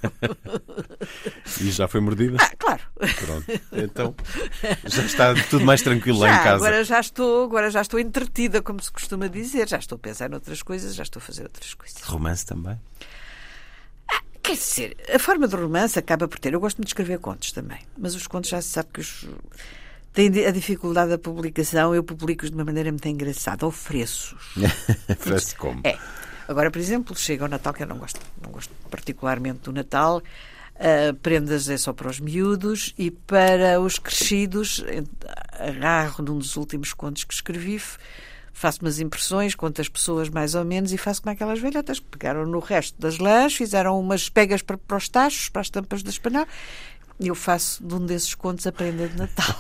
E já foi mordida? Ah, claro. Pronto. Então já está tudo mais tranquilo já, lá em casa. Agora já, estou, agora já estou entretida, como se costuma dizer. Já estou a pensar noutras coisas, já estou a fazer outras coisas. Romance também? Ah, quer dizer, a forma de romance acaba por ter. Eu gosto muito de escrever contos também, mas os contos já se sabe que os... têm a dificuldade da publicação. Eu publico-os de uma maneira muito engraçada. Ofereço-os. Oferece como? É. Agora, por exemplo, chega ao Natal, que eu não gosto, não gosto particularmente do Natal. Uh, prendas é só para os miúdos e para os crescidos agarro num dos últimos contos que escrevi, faço umas impressões, conto as pessoas mais ou menos e faço como aquelas velhotas que pegaram no resto das lãs, fizeram umas pegas para, para os tachos, para as tampas das panelas. Eu faço de um desses contos a prenda de Natal.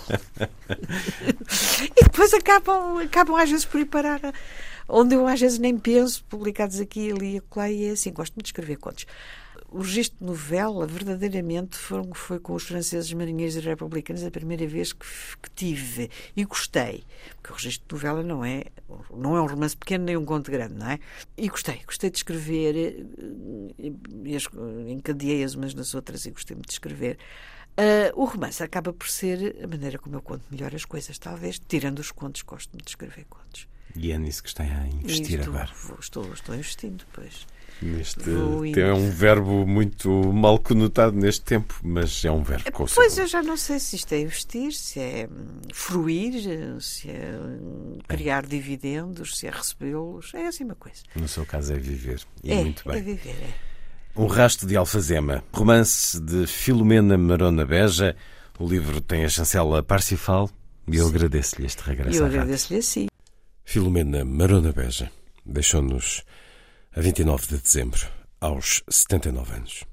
E depois acabam, acabam às vezes por ir parar onde eu às vezes nem penso, publicados aqui, ali e acolá, e é assim, gosto muito de escrever contos. O registro de novela, verdadeiramente, foi, foi com os franceses marinheiros e republicanos a primeira vez que, que tive. E gostei. Porque o registro de novela não é, não é um romance pequeno nem um conto grande, não é? E gostei. Gostei de escrever. E, e as, encadeei as umas nas outras e gostei muito de escrever. Uh, o romance acaba por ser a maneira como eu conto melhor as coisas, talvez. Tirando os contos, gosto muito de escrever contos. E é nisso que está a investir estou, agora. Vou, estou, estou investindo, pois. Neste, Vou indo. é um verbo muito mal conotado neste tempo, mas é um verbo com o Pois seu eu já não sei se isto é investir, se é hum, fruir, se é hum, criar dividendos, se é recebê-los. É assim uma coisa. No seu caso é viver. E é, muito bem. é viver, é. Um Rasto de Alfazema, romance de Filomena Marona Beja. O livro tem a chancela Parsifal e eu agradeço-lhe este regresso E eu à rádio. agradeço-lhe assim. Filomena Marona Beja deixou-nos a vinte e nove de dezembro, aos setenta e nove anos.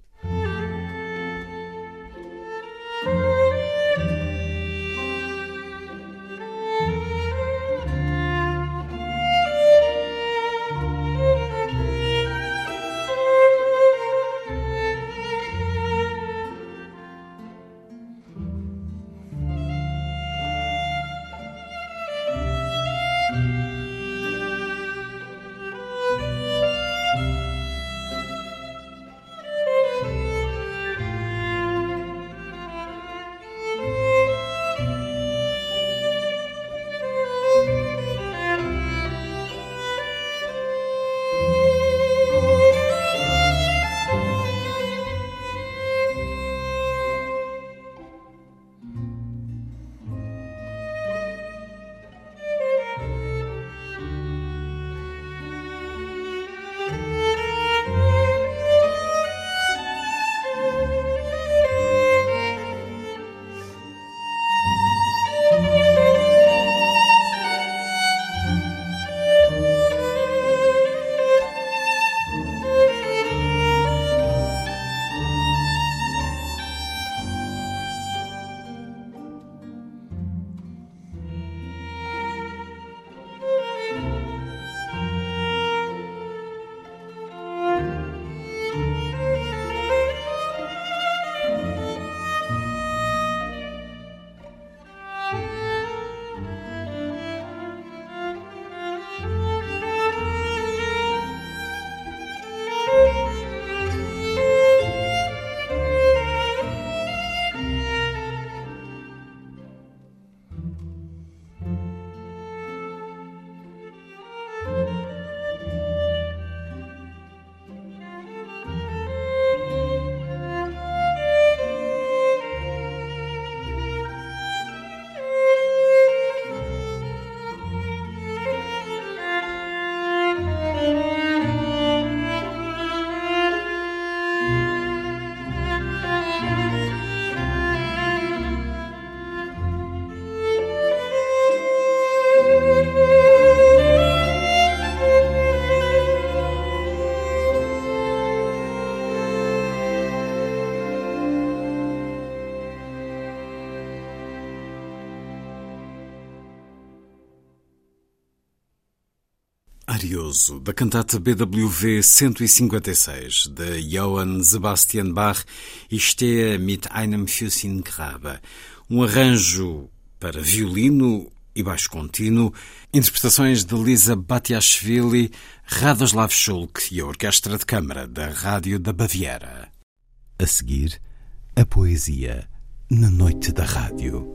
Arioso, da cantata B W V cento e cinquenta e seis, de Johann Sebastian Bach, Stehe mit einem Fuß im Grabe. Um arranjo para violino e baixo contínuo, interpretações de Lisa Batiashvili, Radoslav Schulk e a Orquestra de Câmara da Rádio da Baviera. A seguir, a poesia na Noite da Rádio.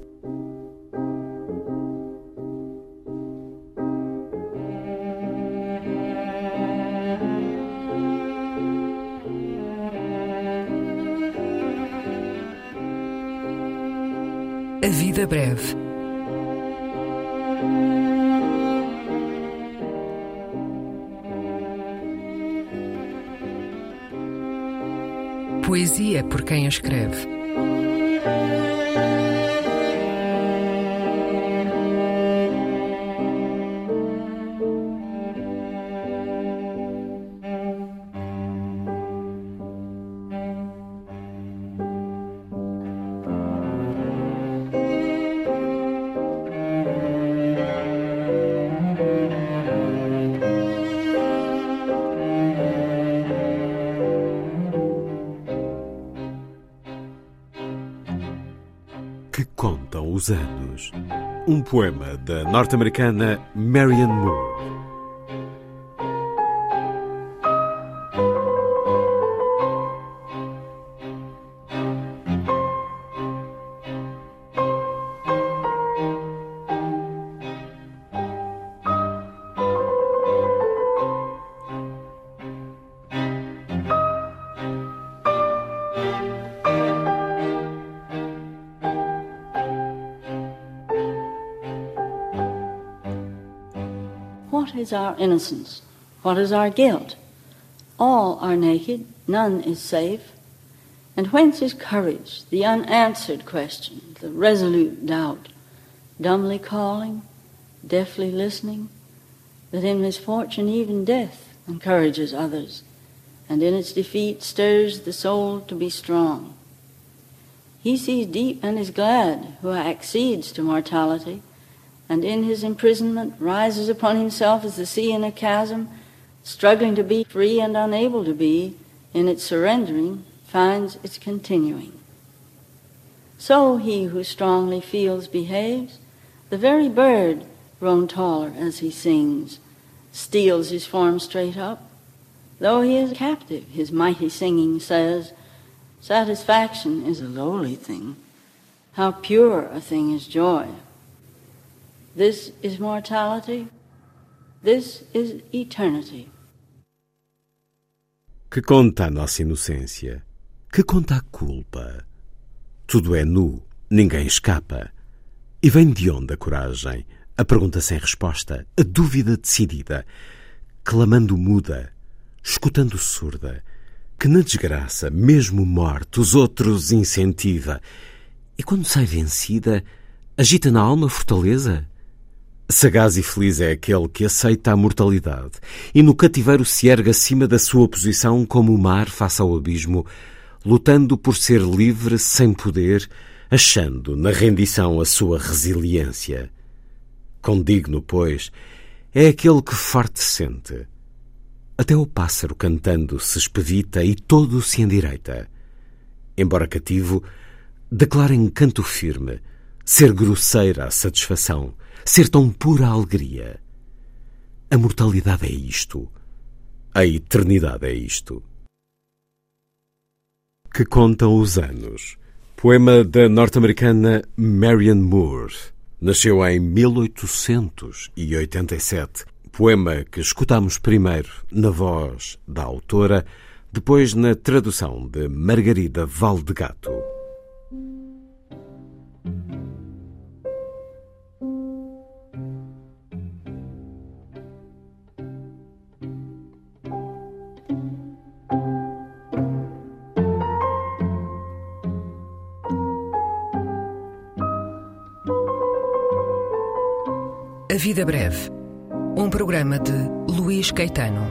A vida breve. Poesia por quem a escreve. Que contam os anos. Um poema da norte-americana Marianne Moore. What is our innocence? What is our guilt? All are naked, none is safe. And whence is courage, the unanswered question, the resolute doubt, dumbly calling, deafly listening, that in misfortune even death encourages others, and in its defeat stirs the soul to be strong. He sees deep and is glad who accedes to mortality, and in his imprisonment rises upon himself as the sea in a chasm, struggling to be free and unable to be, in its surrendering, finds its continuing. So he who strongly feels behaves, the very bird, grown taller as he sings, steals his form straight up. Though he is captive, his mighty singing says, satisfaction is a lowly thing. How pure a thing is joy. This is mortality. This is eternity. Que conta a nossa inocência? Que conta a culpa? Tudo é nu, ninguém escapa. E vem de onde a coragem? A pergunta sem resposta, a dúvida decidida, clamando muda, escutando surda, que na desgraça, mesmo morte, os outros incentiva. E quando sai vencida, agita na alma fortaleza? Sagaz e feliz é aquele que aceita a mortalidade e no cativeiro se ergue acima da sua posição como o mar face ao abismo, lutando por ser livre sem poder, achando na rendição a sua resiliência. Condigno, pois, é aquele que forte sente. Até o pássaro cantando se expedita e todo se endireita. Embora cativo, declara em canto firme ser grosseira a satisfação, ser tão pura a alegria. A mortalidade é isto. A eternidade é isto. Que contam os anos. Poema da norte-americana Marianne Moore. Nasceu em mil oitocentos e oitenta e sete. Poema que escutamos primeiro na voz da autora, depois na tradução de Margarida Valdegato. A Vida Breve, um programa de Luís Caetano.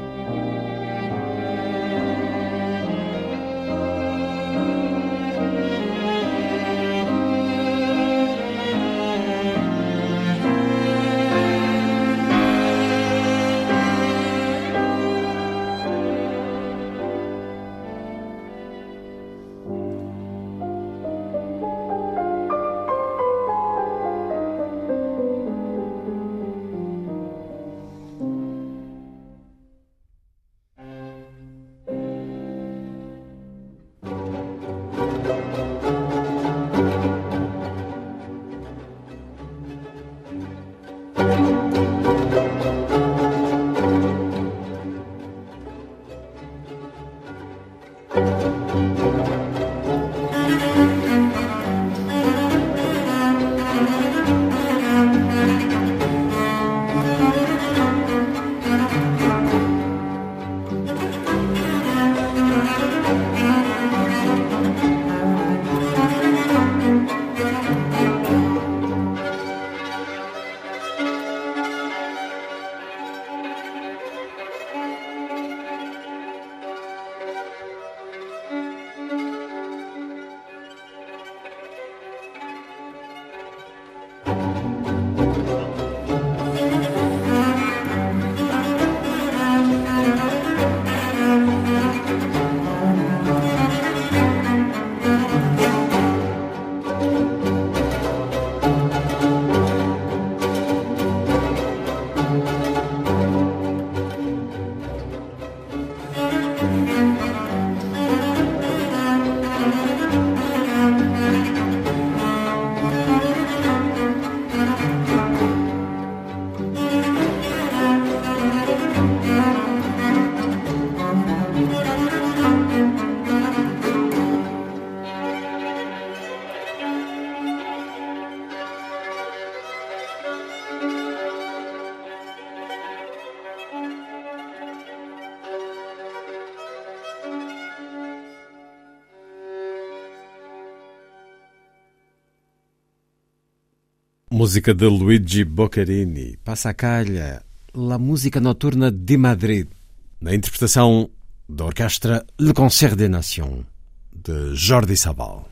Música de Luigi Boccherini, Passacaglia, La Música Noturna de Madrid, na interpretação da orquestra Le Concert des Nations, de Jordi Sabal.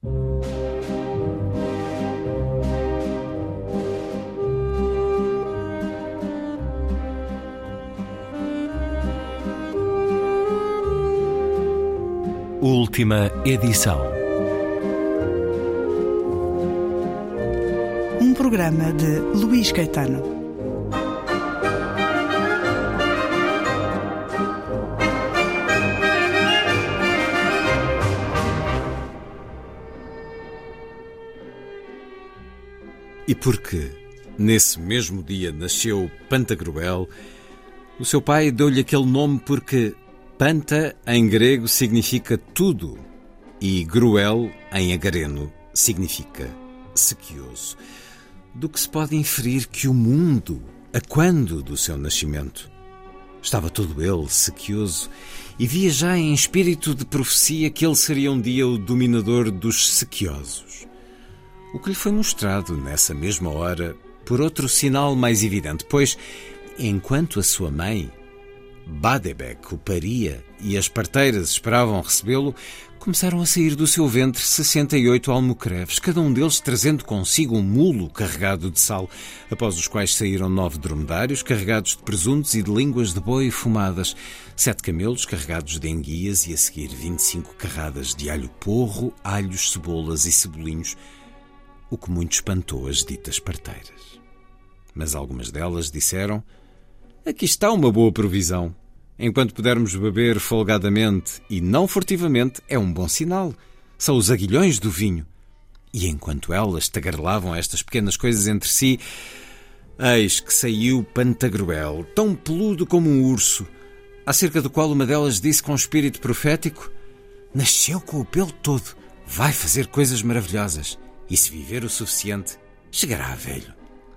Última edição. Um programa de Luís Caetano. E porque nesse mesmo dia nasceu Pantagruel, o seu pai deu-lhe aquele nome porque Panta em grego significa tudo e Gruel em agareno significa sequioso. Do que se pode inferir que o mundo, a quando do seu nascimento, estava todo ele sequioso e via já em espírito de profecia que ele seria um dia o dominador dos sequiosos. O que lhe foi mostrado nessa mesma hora por outro sinal mais evidente, pois, enquanto a sua mãe, Badebec, o paria e as parteiras esperavam recebê-lo, começaram a sair do seu ventre sessenta e oito almocreves, cada um deles trazendo consigo um mulo carregado de sal, após os quais saíram nove dromedários carregados de presuntos e de línguas de boi fumadas, sete camelos carregados de enguias e a seguir vinte e cinco carradas de alho porro, alhos, cebolas e cebolinhos, o que muito espantou as ditas parteiras. Mas algumas delas disseram: aqui está uma boa provisão. Enquanto pudermos beber folgadamente e não furtivamente, é um bom sinal. São os aguilhões do vinho. E enquanto elas tagarelavam estas pequenas coisas entre si, eis que saiu Pantagruel, tão peludo como um urso, acerca do qual uma delas disse com espírito profético: nasceu com o pelo todo, vai fazer coisas maravilhosas, e se viver o suficiente, chegará a velho.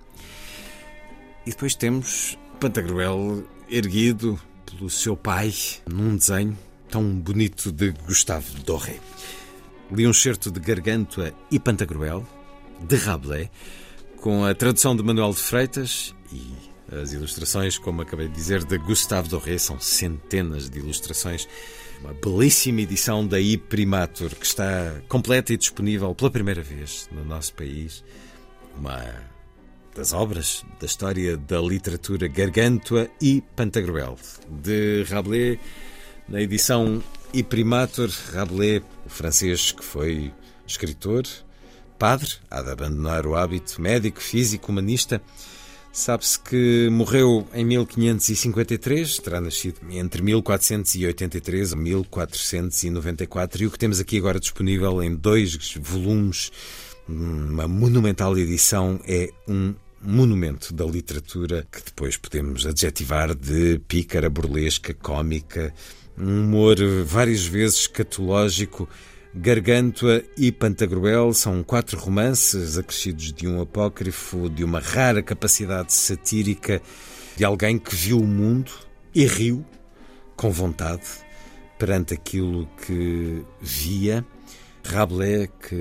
E depois temos Pantagruel erguido pelo seu pai num desenho tão bonito de Gustave Doré. Li um excerto de Gargantua e Pantagruel, de Rabelais, com a tradução de Manuel de Freitas e as ilustrações, como acabei de dizer, de Gustave Doré. São centenas de ilustrações. Uma belíssima edição da I Primatur, que está completa e disponível pela primeira vez no nosso país. Uma das obras da história da literatura, Gargantua e Pantagruel, de Rabelais, na edição I Primatur. Rabelais, o francês que foi escritor, padre, há de abandonar o hábito, médico, físico, humanista. Sabe-se que morreu em mil quinhentos e cinquenta e três, terá nascido entre mil quatrocentos e oitenta e três e mil quatrocentos e noventa e quatro, e o que temos aqui agora disponível em dois volumes, uma monumental edição, é um monumento da literatura que depois podemos adjetivar de pícara, burlesca, cómica, um humor várias vezes escatológico. Gargantua e Pantagruel são quatro romances acrescidos de um apócrifo, de uma rara capacidade satírica, de alguém que viu o mundo e riu com vontade perante aquilo que via. Rabelais, que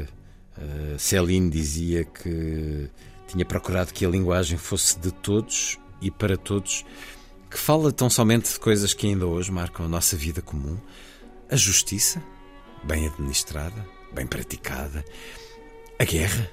uh, Céline dizia que tinha procurado que a linguagem fosse de todos e para todos, que fala tão somente de coisas que ainda hoje marcam a nossa vida comum: a justiça, bem administrada, bem praticada, a guerra,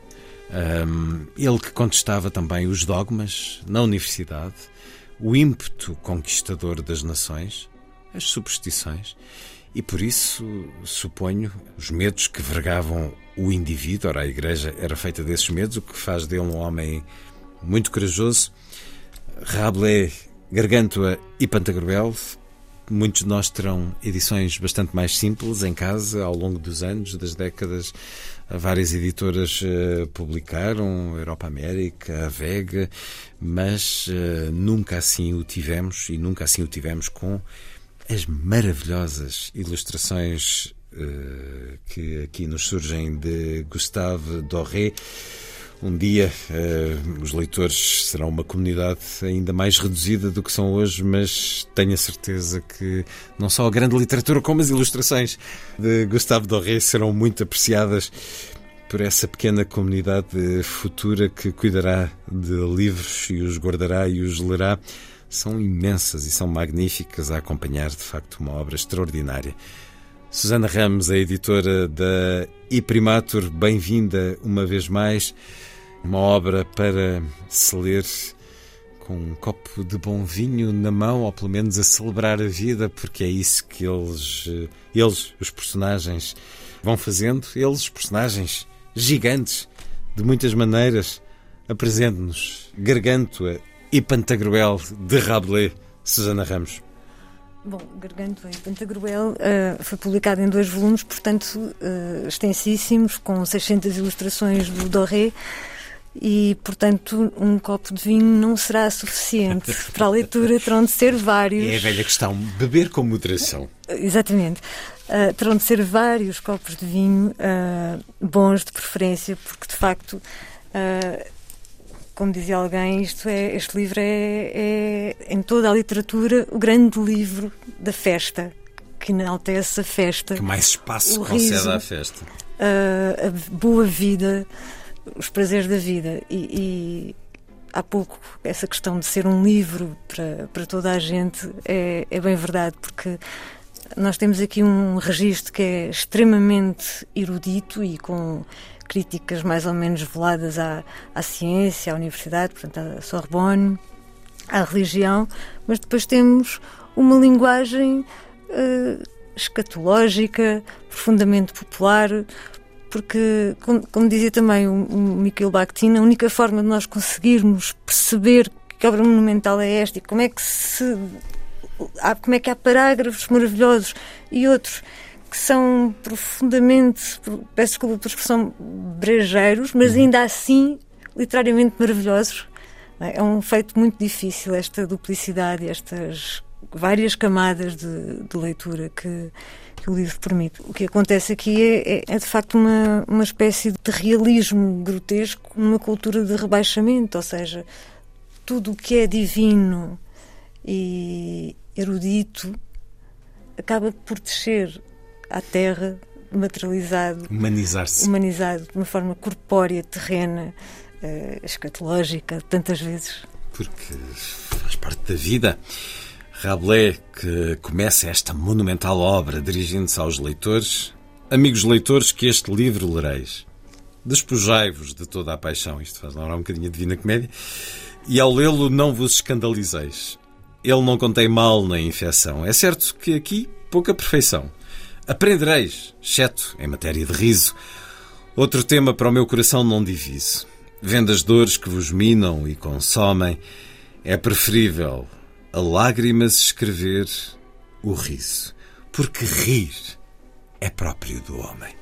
um, ele que contestava também os dogmas na universidade, o ímpeto conquistador das nações, as superstições e, por isso, suponho, os medos que vergavam o indivíduo. Ora, a Igreja era feita desses medos, o que faz dele um homem muito corajoso. Rabelais, Gargantua e Pantagruel. Muitos de nós terão edições bastante mais simples em casa ao longo dos anos, das décadas. Várias editoras uh, publicaram, Europa América, a Vega, mas uh, nunca assim o tivemos, e nunca assim o tivemos com as maravilhosas ilustrações uh, que aqui nos surgem de Gustave Doré. Um dia uh, os leitores serão uma comunidade ainda mais reduzida do que são hoje, mas tenho a certeza que não só a grande literatura como as ilustrações de Gustave Doré serão muito apreciadas por essa pequena comunidade futura que cuidará de livros e os guardará e os lerá. São imensas e são magníficas a acompanhar, de facto, uma obra extraordinária. Susana Ramos, a editora da Imprimatur, bem-vinda uma vez mais. Uma obra para se ler com um copo de bom vinho na mão, ou pelo menos a celebrar a vida, porque é isso que eles, eles os personagens, vão fazendo. Eles, os personagens gigantes, de muitas maneiras. Apresente-nos Gargantua e Pantagruel de Rabelais, Susana Ramos. Bom, Gargantua e Pantagruel uh, foi publicado em dois volumes, portanto, uh, extensíssimos, com seiscentas ilustrações do Doré, e, portanto, um copo de vinho não será suficiente. Para a leitura terão de ser vários. É a velha questão, beber com moderação. Exatamente. Uh, terão de ser vários copos de vinho, uh, bons de preferência, porque, de facto, uh, como dizia alguém, isto é, este livro é, é, em toda a literatura, o grande livro da festa, que enaltece a festa. Que mais espaço concede riso, à festa. Uh, a boa vida, os prazeres da vida. E, e há pouco, essa questão de ser um livro para, para toda a gente é, é bem verdade, porque nós temos aqui um registro que é extremamente erudito e com críticas mais ou menos veladas à, à ciência, à universidade, portanto à Sorbonne, à religião, mas depois temos uma linguagem uh, escatológica, profundamente popular, porque, como, como dizia também o, o Mikhail Bakhtin, a única forma de nós conseguirmos perceber que obra monumental é esta e como é que se há, como é que há parágrafos maravilhosos e outros que são profundamente, peço desculpa pela expressão, brejeiros, mas ainda assim literariamente maravilhosos. É um feito muito difícil, esta duplicidade, estas várias camadas de, de leitura que, que o livro permite. O que acontece aqui é, é, é de facto uma, uma espécie de realismo grotesco numa cultura de rebaixamento, ou seja, tudo o que é divino e erudito acaba por descer à terra, materializado, humanizar-se, humanizado de uma forma corpórea, terrena, uh, escatológica, tantas vezes. Porque faz parte da vida. Rabelais, que começa esta monumental obra dirigindo-se aos leitores: amigos leitores, que este livro lereis. Despojai-vos de toda a paixão, isto faz lembrar um bocadinho a Divina Comédia, e ao lê-lo não vos escandalizeis. Ele não contém mal nem infecção. É certo que aqui pouca perfeição. Aprendereis, exceto em matéria de riso. Outro tema para o meu coração não diviso. Vendo as dores que vos minam e consomem, é preferível a lágrimas escrever o riso. Porque rir é próprio do homem.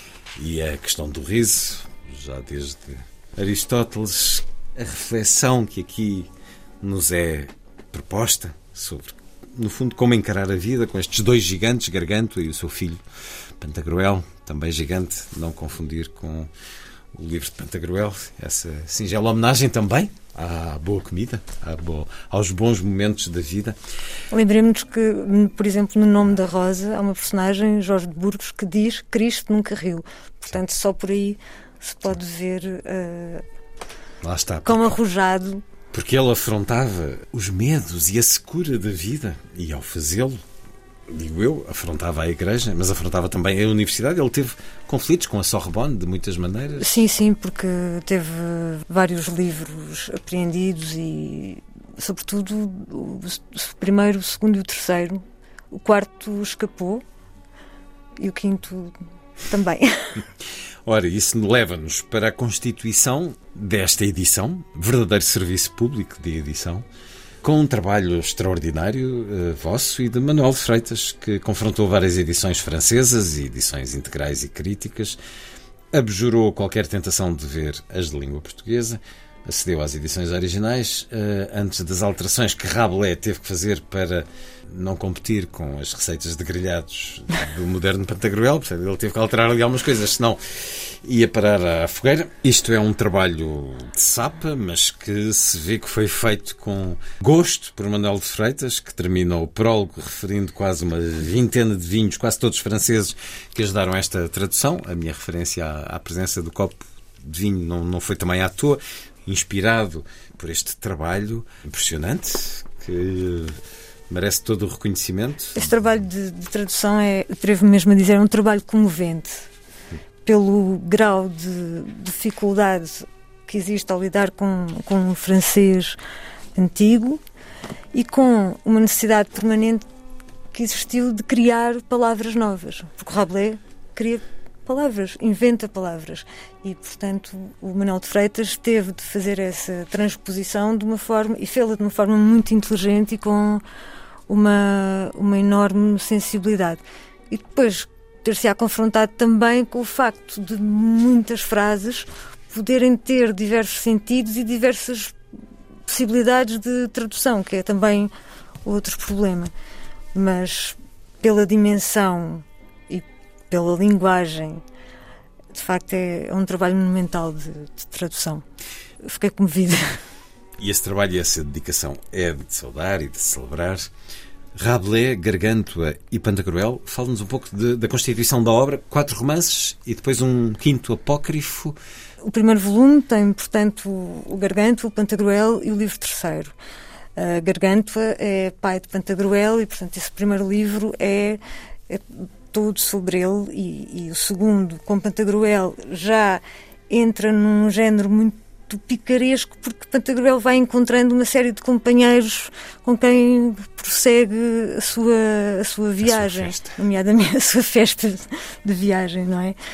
E a questão do riso, já desde Aristóteles, a reflexão que aqui nos é proposta sobre, no fundo, como encarar a vida com estes dois gigantes, Gargantua e o seu filho Pantagruel, também gigante, não confundir com o livro de Pantagruel, essa singela homenagem também à boa comida, à boa, aos bons momentos da vida. Lembremos que, por exemplo, no Nome da Rosa há uma personagem, Jorge de Burgos, que diz Cristo nunca riu. Portanto, só por aí se pode ver uh, lá está, como arrojado. Porque ele afrontava os medos e a secura da vida, e ao fazê-lo, digo eu, afrontava a Igreja, mas afrontava também a Universidade. Ele teve conflitos com a Sorbonne, de muitas maneiras. Sim, sim, porque teve vários livros apreendidos e, sobretudo, o primeiro, o segundo e o terceiro. O quarto escapou e o quinto também. Ora, isso leva-nos para a constituição desta edição, verdadeiro serviço público de edição, com um trabalho extraordinário uh, vosso e de Manuel de Freitas, que confrontou várias edições francesas e edições integrais e críticas, abjurou qualquer tentação de ver as de língua portuguesa, acedeu às edições originais antes das alterações que Rabelais teve que fazer para não competir com as receitas de grelhados do moderno Pantagruel. Portanto, ele teve que alterar ali algumas coisas, senão ia parar à fogueira. Isto é um trabalho de sapa, mas que se vê que foi feito com gosto por Manuel de Freitas, que termina o prólogo referindo quase uma vintena de vinhos, quase todos franceses, que ajudaram esta tradução. A minha referência à, à presença do copo de vinho não, não foi também à toa, inspirado por este trabalho impressionante que merece todo o reconhecimento. Este trabalho de, de tradução é, atrevo mesmo a dizer, é um trabalho comovente pelo grau de dificuldade que existe ao lidar com, com o francês antigo e com uma necessidade permanente que existiu de criar palavras novas, porque Rabelais cria palavras, inventa palavras e, portanto, o Manuel de Freitas teve de fazer essa transposição de uma forma, e fê-la de uma forma muito inteligente e com uma, uma enorme sensibilidade. E depois ter-se-á confrontado também com o facto de muitas frases poderem ter diversos sentidos e diversas possibilidades de tradução, que é também outro problema. Mas pela dimensão e pela linguagem, de facto é um trabalho monumental de, de tradução. Fiquei comovida. E esse trabalho e essa dedicação é de saudar e de celebrar. Rabelais, Gargantua e Pantagruel. Fala-nos um pouco de, da constituição da obra. Quatro romances e depois um quinto apócrifo. O primeiro volume tem, portanto, o Gargantua, o Pantagruel e o livro terceiro. A Gargantua é pai de Pantagruel e, portanto, esse primeiro livro é, é todo sobre ele e, e o segundo, com Pantagruel, já entra num género muito picaresco, porque Pantagruel vai encontrando uma série de companheiros com quem prossegue a sua, a sua viagem, a sua nomeadamente a sua festa de viagem, não é?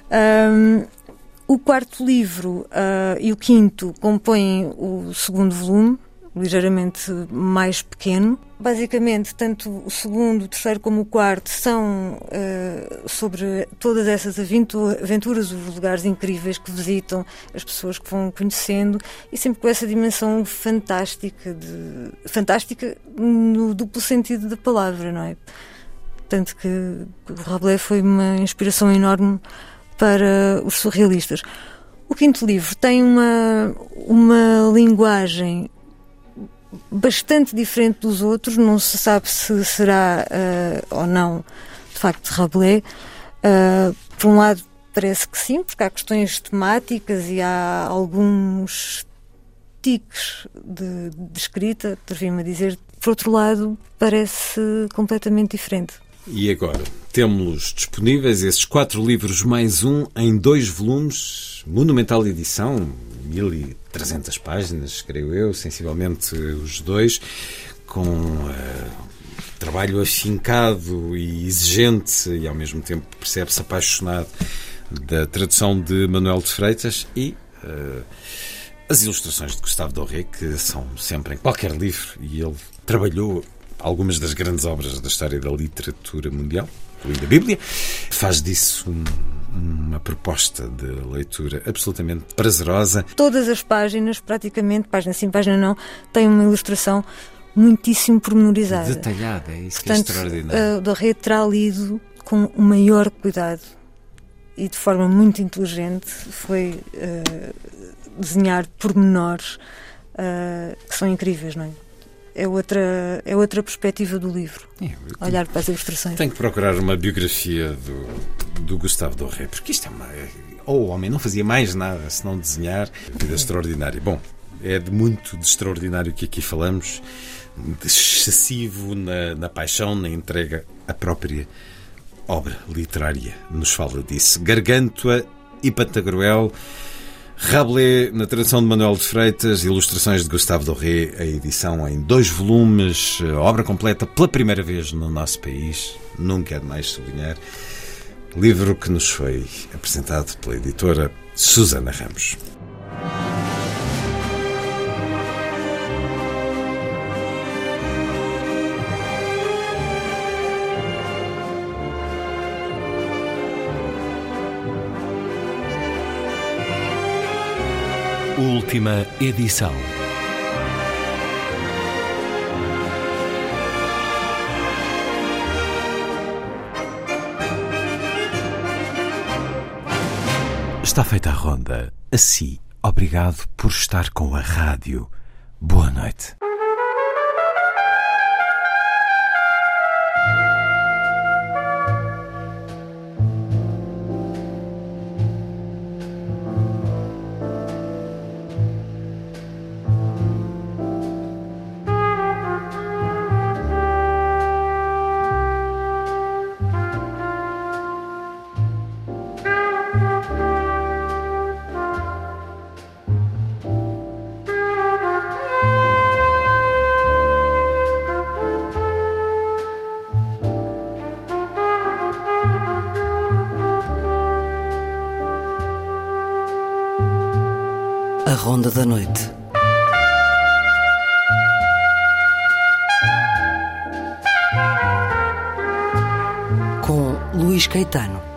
Um, o quarto livro uh, e o quinto compõem o segundo volume, ligeiramente mais pequeno. Basicamente, tanto o segundo, o terceiro como o quarto são uh, sobre todas essas aventuras, os lugares incríveis que visitam, as pessoas que vão conhecendo, e sempre com essa dimensão fantástica, de, fantástica no duplo sentido da palavra, não é? Tanto que o Rabelais foi uma inspiração enorme para os surrealistas. O quinto livro tem uma, uma linguagem bastante diferente dos outros, não se sabe se será uh, ou não de facto Rabelais. Uh, por um lado parece que sim, porque há questões temáticas e há alguns tiques de, de escrita, atrevi-me a dizer. Por outro lado, parece completamente diferente. E agora, temos disponíveis esses quatro livros mais um em dois volumes, monumental edição, mil e trezentas páginas, creio eu, sensivelmente os dois, com uh, trabalho afincado e exigente e ao mesmo tempo percebe-se apaixonado da tradução de Manuel de Freitas e uh, as ilustrações de Gustave Doré, que são sempre em qualquer livro, e ele trabalhou algumas das grandes obras da história da literatura mundial, incluindo a Bíblia. Faz disso um, uma proposta de leitura absolutamente prazerosa. Todas as páginas, praticamente, página sim, página não, têm uma ilustração muitíssimo pormenorizada. Detalhada, é isso. Portanto, que é extraordinário. O Doré terá lido com o maior cuidado e de forma muito inteligente. Foi uh, desenhar pormenores uh, que são incríveis, não é? É outra, é outra perspectiva do livro. É, olhar para as ilustrações. Tenho que procurar uma biografia do, do Gustave Doré, porque isto é uma... Ou o homem não fazia mais nada senão desenhar. Vida extraordinária. Bom, é de muito de extraordinário que aqui falamos, de excessivo na, na paixão, na entrega à própria obra literária. Nos fala disso. Gargantua e Pantagruel, Rabelais, na tradução de Manuel de Freitas, ilustrações de Gustave Doré, a edição em dois volumes, a obra completa pela primeira vez no nosso país, nunca é demais sublinhar. Livro que nos foi apresentado pela editora Susana Ramos. Última edição. Está feita a ronda. Assim, obrigado por estar com a rádio. Boa noite. A Ronda da Noite. Com Luís Caetano.